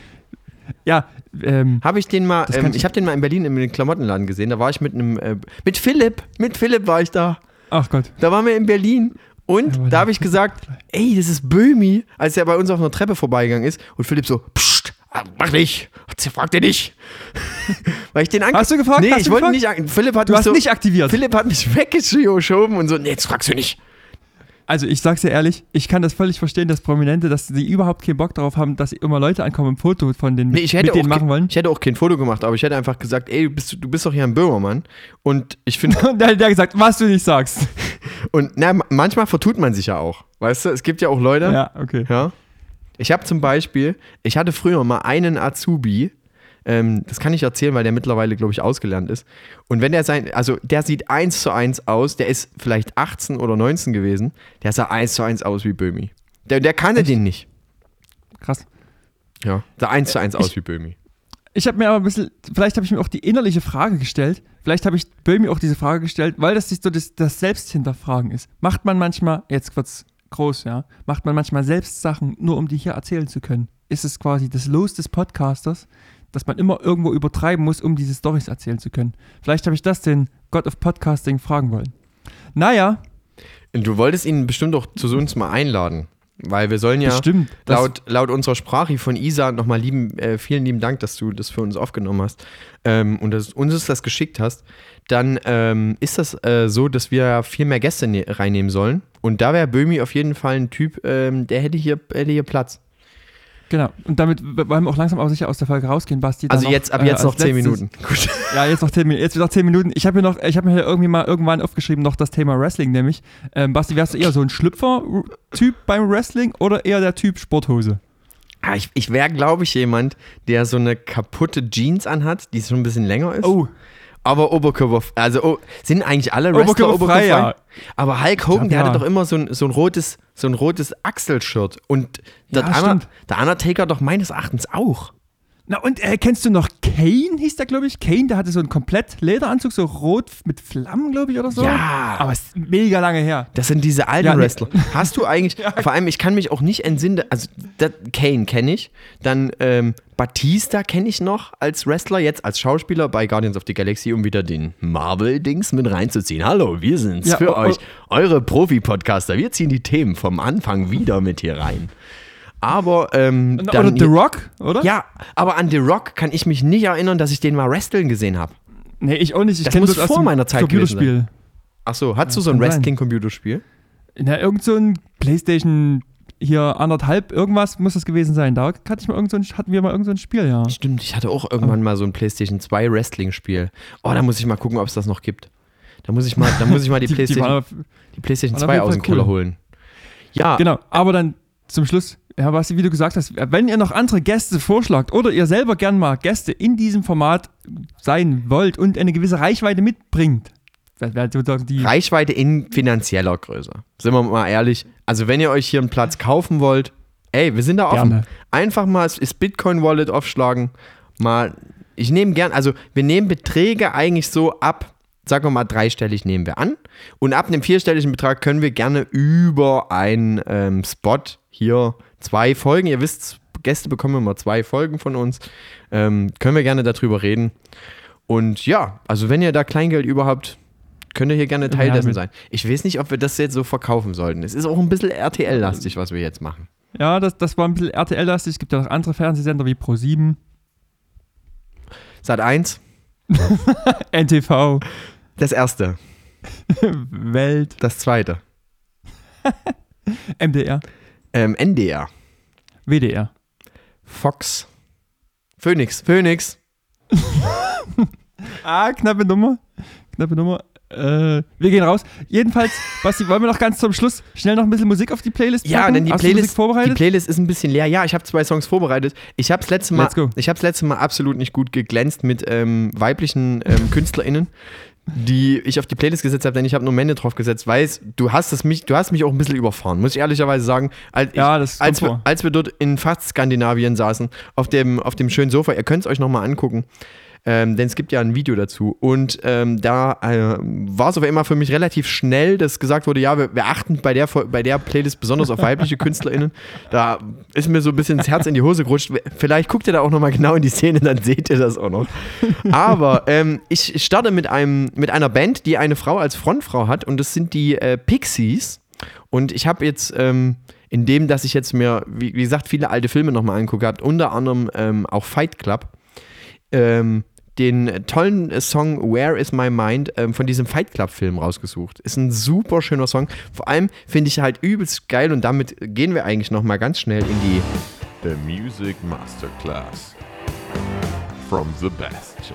Ja, habe ich den mal, ich habe den mal in Berlin im Klamottenladen gesehen, da war ich mit Philipp war ich da. Ach Gott. Da waren wir in Berlin und da habe ich gesagt, ey, das ist Böhmi, als er bei uns auf einer Treppe vorbeigegangen ist und Philipp so, psst, mach nicht, frag den nicht. Weil ich den Hast du gefragt? Nee, ich wollte nicht, Du hast nicht aktiviert. Philipp hat mich weggeschoben und so, nee, jetzt fragst du nicht. Also ich sag's dir ehrlich, ich kann das völlig verstehen, dass Prominente, dass sie überhaupt keinen Bock darauf haben, dass immer Leute ankommen, ein Foto von denen mit denen machen wollen. Ich hätte auch kein Foto gemacht, aber ich hätte einfach gesagt, ey, du bist doch hier ein Böhmermann. Und ich finde... Und der hat gesagt, was du nicht sagst. Und manchmal vertut man sich ja auch. Weißt du, es gibt ja auch Leute... Ja, okay. Ja. Ich habe zum Beispiel, ich hatte früher mal einen Azubi, das kann ich erzählen, weil der mittlerweile, glaube ich, ausgelernt ist. Und wenn der der sieht 1:1 aus, der ist vielleicht 18 oder 19 gewesen, der sah 1:1 aus wie Böhmi. Der kannte den nicht. Krass. Ja, sah 1:1 aus wie Böhmi. Ich habe mir aber ein bisschen, vielleicht habe ich mir auch die innerliche Frage gestellt, vielleicht habe ich Böhmi auch diese Frage gestellt, weil das so das Selbsthinterfragen ist. Macht man manchmal, jetzt wird's groß, ja, macht man manchmal selbst Sachen, nur um die hier erzählen zu können? Ist es quasi das Los des Podcasters, dass man immer irgendwo übertreiben muss, um diese Storys erzählen zu können? Vielleicht habe ich das den God of Podcasting fragen wollen. Naja. Und du wolltest ihn bestimmt auch zu uns mal einladen, weil wir sollen ja bestimmt, laut unserer Sprache von Isa nochmal vielen lieben Dank, dass du das für uns aufgenommen hast und dass uns das geschickt hast. Dann ist das so, dass wir ja viel mehr Gäste reinnehmen sollen. Und da wäre Böhmi auf jeden Fall ein Typ, der hätte hier Platz. Genau, und damit wollen wir auch langsam auch sicher aus der Folge rausgehen, Basti. Also ab jetzt noch 10 Minuten. Gut. Ja, jetzt noch 10 Minuten. Jetzt noch 10 Minuten. Ich habe mir hier irgendwann aufgeschrieben, noch das Thema Wrestling, nämlich. Basti, wärst du eher so ein Schlüpfer-Typ beim Wrestling oder eher der Typ Sporthose? Ich wäre, glaube ich, jemand, der so eine kaputte Jeans anhat, die schon ein bisschen länger ist. Oh. Aber Oberkörper, sind eigentlich alle Wrestler oberkörperfrei? Ja. Aber Hulk Hogan, der hatte doch immer so ein rotes Achselshirt. Und der Undertaker doch meines Erachtens auch. Na und kennst du noch Kane, hieß der, glaube ich? Kane, der hatte so einen komplett Lederanzug, so rot mit Flammen, glaube ich, oder so. Ja. Aber es ist mega lange her. Das sind diese alten Ja, nee. Wrestler. Hast du eigentlich, vor allem, ich kann mich auch nicht entsinnen, also Kane kenne ich, dann Batista kenne ich noch als Wrestler, jetzt als Schauspieler bei Guardians of the Galaxy, um wieder den Marvel-Dings mit reinzuziehen. Hallo, wir sind's Ja, für euch, eure Profi-Podcaster. Wir ziehen die Themen vom Anfang wieder mit hier rein. Aber dann oder The Rock, oder? Ja, aber an The Rock kann ich mich nicht erinnern, dass ich den mal wresteln gesehen habe. Nee, ich auch nicht. Ich Das kenn muss bloß aus vor dem meiner Zeit gewesen Computerspiel. Achso, hast du so ein kann sein. Wrestling-Computerspiel? Na, irgend so ein PlayStation hier 1,5, irgendwas muss das gewesen sein. Da hatten wir mal irgend so ein Spiel, ja. Stimmt, ich hatte auch irgendwann mal so ein PlayStation 2 Wrestling-Spiel. Oh, da muss ich mal gucken, ob es das noch gibt. Da muss ich mal die PlayStation 2 aus dem Keller holen. Ja. Genau, aber dann zum Schluss, ja, Basti, wie du gesagt hast, wenn ihr noch andere Gäste vorschlagt oder ihr selber gern mal Gäste in diesem Format sein wollt und eine gewisse Reichweite mitbringt, die Reichweite in finanzieller Größe. Sind wir mal ehrlich. Also wenn ihr euch hier einen Platz kaufen wollt, ey, wir sind da offen. Gerne. Einfach mal das Bitcoin-Wallet aufschlagen. Ich nehme gern, also wir nehmen Beträge eigentlich so ab, sagen wir mal 3-stellig nehmen wir an. Und ab einem 4-stelligen Betrag können wir gerne über einen Spot hier 2 Folgen, ihr wisst, Gäste bekommen immer 2 Folgen von uns, können wir gerne darüber reden. Und ja, also wenn ihr da Kleingeld überhaupt, könnt ihr hier gerne Teil dessen sein. Ich weiß nicht, ob wir das jetzt so verkaufen sollten. Es ist auch ein bisschen RTL-lastig, was wir jetzt machen. Ja, das war ein bisschen RTL-lastig. Es gibt ja noch andere Fernsehsender wie Pro7. Sat.1. NTV. Das erste. Welt. Das zweite. MDR. NDR. WDR. Fox. Phoenix. Knappe Nummer. Wir gehen raus. Jedenfalls, Basti, wollen wir noch ganz zum Schluss schnell noch ein bisschen Musik auf die Playlist packen? Ja, denn die Hast du Musik vorbereitet? Die Playlist ist ein bisschen leer. Ja, ich habe 2 Songs vorbereitet. Ich habe das letzte Mal absolut nicht gut geglänzt mit weiblichen KünstlerInnen, die ich auf die Playlist gesetzt habe, denn ich habe nur Männer drauf gesetzt. Du hast mich auch ein bisschen überfahren, muss ich ehrlicherweise sagen. Als wir dort in fast Skandinavien saßen, auf dem schönen Sofa, ihr könnt es euch nochmal angucken. Denn es gibt ja ein Video dazu. Und da war es aber immer für mich relativ schnell, dass gesagt wurde, ja, wir achten bei der Playlist besonders auf weibliche KünstlerInnen. Da ist mir so ein bisschen das Herz in die Hose gerutscht. Vielleicht guckt ihr da auch nochmal genau in die Szene, dann seht ihr das auch noch. Aber ich starte mit einer Band, die eine Frau als Frontfrau hat. Und das sind die Pixies. Und ich habe jetzt indem, dass ich jetzt mir, wie gesagt, viele alte Filme nochmal angeguckt habe, unter anderem auch Fight Club, den tollen Song Where Is My Mind von diesem Fight Club Film rausgesucht. Ist ein super schöner Song. Vor allem finde ich halt übelst geil und damit gehen wir eigentlich nochmal ganz schnell in die The Music Masterclass from the Bastion.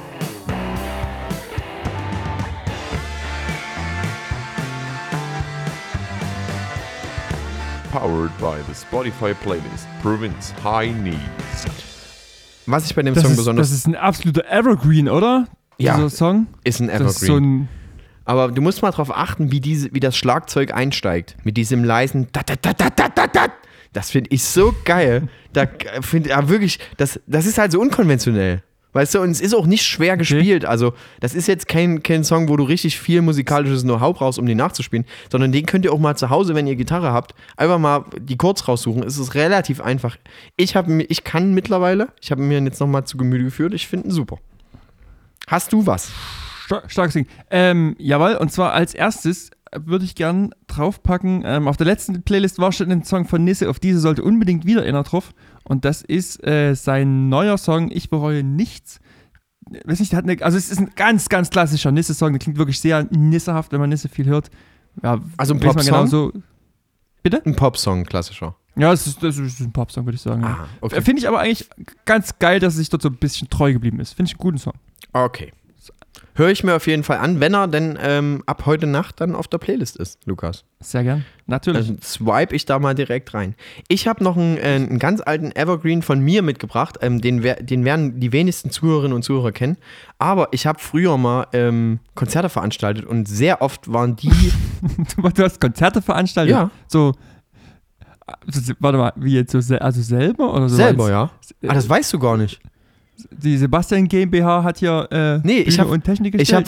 Powered by the Spotify playlist Province High Needs. Was ich bei dem Song besonders... Das ist ein absoluter Evergreen, oder? Ja, dieser Song? Ist ein Evergreen. Das ist so ein Aber du musst mal drauf achten, wie das Schlagzeug einsteigt. Mit diesem leisen Dat. Das finde ich so geil. Wirklich, das ist halt so unkonventionell. Weißt du, und es ist auch nicht schwer gespielt. Also, das ist jetzt kein Song, wo du richtig viel musikalisches Know-how brauchst, um den nachzuspielen, sondern den könnt ihr auch mal zu Hause, wenn ihr Gitarre habt, einfach mal die Chords raussuchen. Es ist relativ einfach. Ich habe mir jetzt nochmal zu Gemüte geführt. Ich finde ihn super. Hast du was? Starkes Ding. Jawohl, und zwar als erstes würde ich gern draufpacken. Auf der letzten Playlist war schon ein Song von Nisse, auf diese sollte unbedingt wieder einer drauf. Und das ist sein neuer Song, Ich bereue nichts. Weiß nicht, es ist ein ganz, ganz klassischer Nisse-Song. Der klingt wirklich sehr nissehaft, wenn man Nisse viel hört. Ja, also ein Popsong? Genau so. Bitte? Ein Popsong, klassischer. Ja, das ist ein Popsong, würde ich sagen. Ja. Okay. Finde ich aber eigentlich ganz geil, dass er sich dort so ein bisschen treu geblieben ist. Finde ich einen guten Song. Okay. Höre ich mir auf jeden Fall an, wenn er denn ab heute Nacht dann auf der Playlist ist, Lukas. Sehr gern, natürlich. Dann swipe ich da mal direkt rein. Ich habe noch einen ganz alten Evergreen von mir mitgebracht, den werden die wenigsten Zuhörerinnen und Zuhörer kennen. Aber ich habe früher mal Konzerte veranstaltet und sehr oft waren die... Du hast Konzerte veranstaltet? Ja. So Warte mal, wie jetzt so, also selber oder so? Selber, ja. Ah, das weißt du gar nicht. Die Sebastian GmbH hat hier Bühne und Technik gestellt.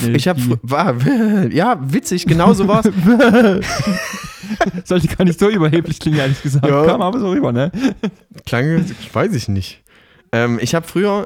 Ja, witzig, genau so war's. Sollte gar nicht so überheblich klingen, ehrlich gesagt. Ja. Kam aber so rüber, ne? Klang, weiß ich nicht. Ich habe früher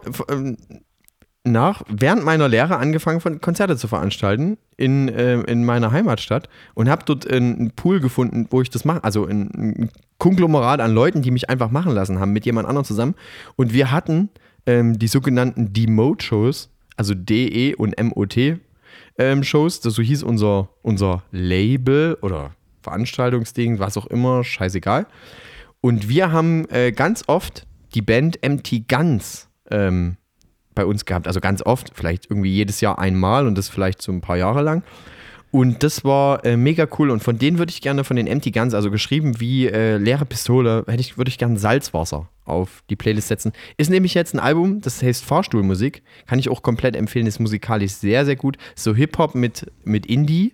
während meiner Lehre angefangen, Konzerte zu veranstalten in meiner Heimatstadt und habe dort einen Pool gefunden, wo ich das mache, also ein Konglomerat an Leuten, die mich einfach machen lassen haben, mit jemand anderem zusammen. Und wir hatten die sogenannten Demote-Shows, also DE und MOT Shows, das so hieß unser Label oder Veranstaltungsding, was auch immer, scheißegal. Und wir haben ganz oft die Band Empty Guns bei uns gehabt, also ganz oft, vielleicht irgendwie jedes Jahr einmal und das vielleicht so ein paar Jahre lang. Und das war mega cool und von denen würde ich gerne, von den Empty Guns, also geschrieben wie leere Pistole, würde ich gerne Salzwasser auf die Playlist setzen. Ist nämlich jetzt ein Album, das heißt Fahrstuhlmusik, kann ich auch komplett empfehlen, ist musikalisch sehr, sehr gut. So Hip-Hop mit Indie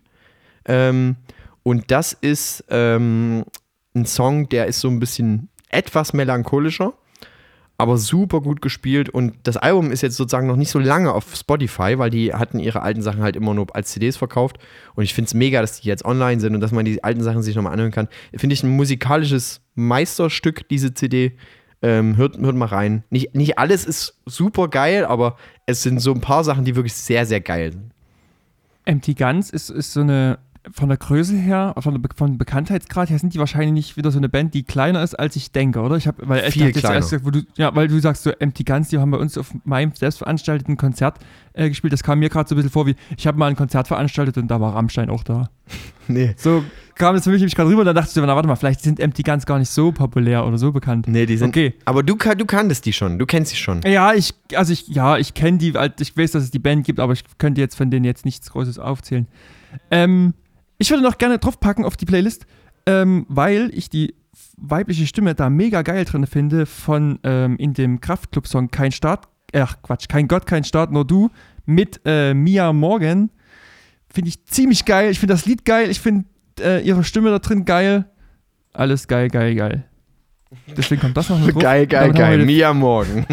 und das ist ein Song, der ist so ein bisschen etwas melancholischer, aber super gut gespielt und das Album ist jetzt sozusagen noch nicht so lange auf Spotify, weil die hatten ihre alten Sachen halt immer nur als CDs verkauft und ich finde es mega, dass die jetzt online sind und dass man die alten Sachen sich nochmal anhören kann. Finde ich ein musikalisches Meisterstück, diese CD. Hört mal rein. Nicht alles ist super geil, aber es sind so ein paar Sachen, die wirklich sehr, sehr geil sind. Empty Guns ist so eine, von der Größe her, von Bekanntheitsgrad her, sind die wahrscheinlich nicht wieder so eine Band, die kleiner ist, als ich denke, oder? Viel kleiner. Gesagt, weil du sagst, so Empty Guns, die haben bei uns auf meinem selbst veranstalteten Konzert gespielt. Das kam mir gerade so ein bisschen vor, wie ich habe mal ein Konzert veranstaltet und da war Rammstein auch da. Nee. So kam es für mich gerade rüber, da dachte ich so, na warte mal, vielleicht sind Empty Guns gar nicht so populär oder so bekannt. Nee, die sind. Okay. Aber du kanntest die schon, du kennst sie schon. Ja, ich kenne die, ich weiß, dass es die Band gibt, aber ich könnte jetzt von denen jetzt nichts Großes aufzählen. Ich würde noch gerne draufpacken auf die Playlist, weil ich die weibliche Stimme da mega geil drin finde von in dem Kraftklub-Song Kein Gott, kein Staat, nur du mit Mia Morgan. Finde ich ziemlich geil. Ich finde das Lied geil. Ich finde ihre Stimme da drin geil. Alles geil, geil, geil. Deswegen kommt das noch drauf. Geil. Mia Morgan.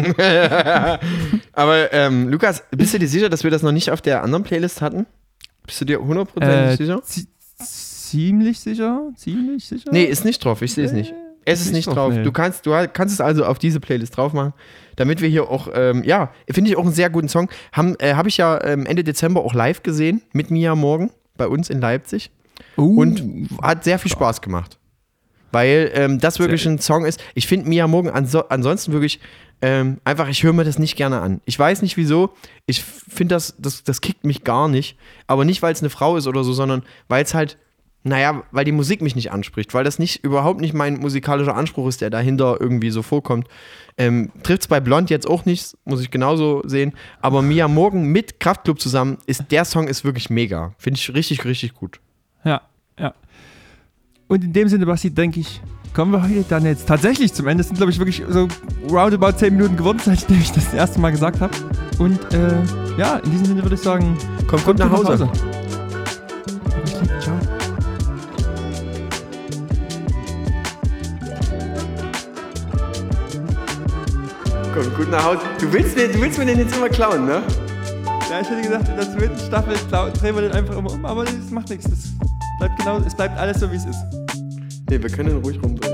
Aber Lukas, bist du dir sicher, dass wir das noch nicht auf der anderen Playlist hatten? Bist du dir 100% sicher? Ziemlich sicher? Nee, ist nicht drauf. Ich sehe es nicht. Es ist nicht drauf. Nee. Du kannst es also auf diese Playlist drauf machen, damit wir hier auch, finde ich auch einen sehr guten Song. Habe ich ja Ende Dezember auch live gesehen mit Mia Morgan bei uns in Leipzig. Und hat sehr viel Spaß gemacht. Weil das wirklich ein Song ist. Ich finde Mia Morgan ansonsten wirklich einfach, ich höre mir das nicht gerne an. Ich weiß nicht wieso. Ich finde, das kickt mich gar nicht. Aber nicht, weil es eine Frau ist oder so, sondern weil es halt, weil die Musik mich nicht anspricht. Weil das überhaupt nicht mein musikalischer Anspruch ist, der dahinter irgendwie so vorkommt. Trifft es bei Blond jetzt auch nicht, muss ich genauso sehen. Aber Mia Morgan mit Kraftklub zusammen, der Song ist wirklich mega. Finde ich richtig, richtig gut. Ja. Und in dem Sinne, Basti, denke ich, kommen wir heute dann jetzt tatsächlich zum Ende. Es sind, glaube ich, wirklich so roundabout 10 Minuten geworden, seitdem ich das erste Mal gesagt habe. Und in diesem Sinne würde ich sagen, kommt gut nach Hause. Ciao. Kommt gut nach Hause. Du willst mir den jetzt immer klauen, ne? Ja, ich hätte gesagt, in der zweiten Staffel drehen wir den einfach immer um, aber das macht nichts. Es bleibt alles so, wie es ist. Nee, wir können den ruhig rumdrehen.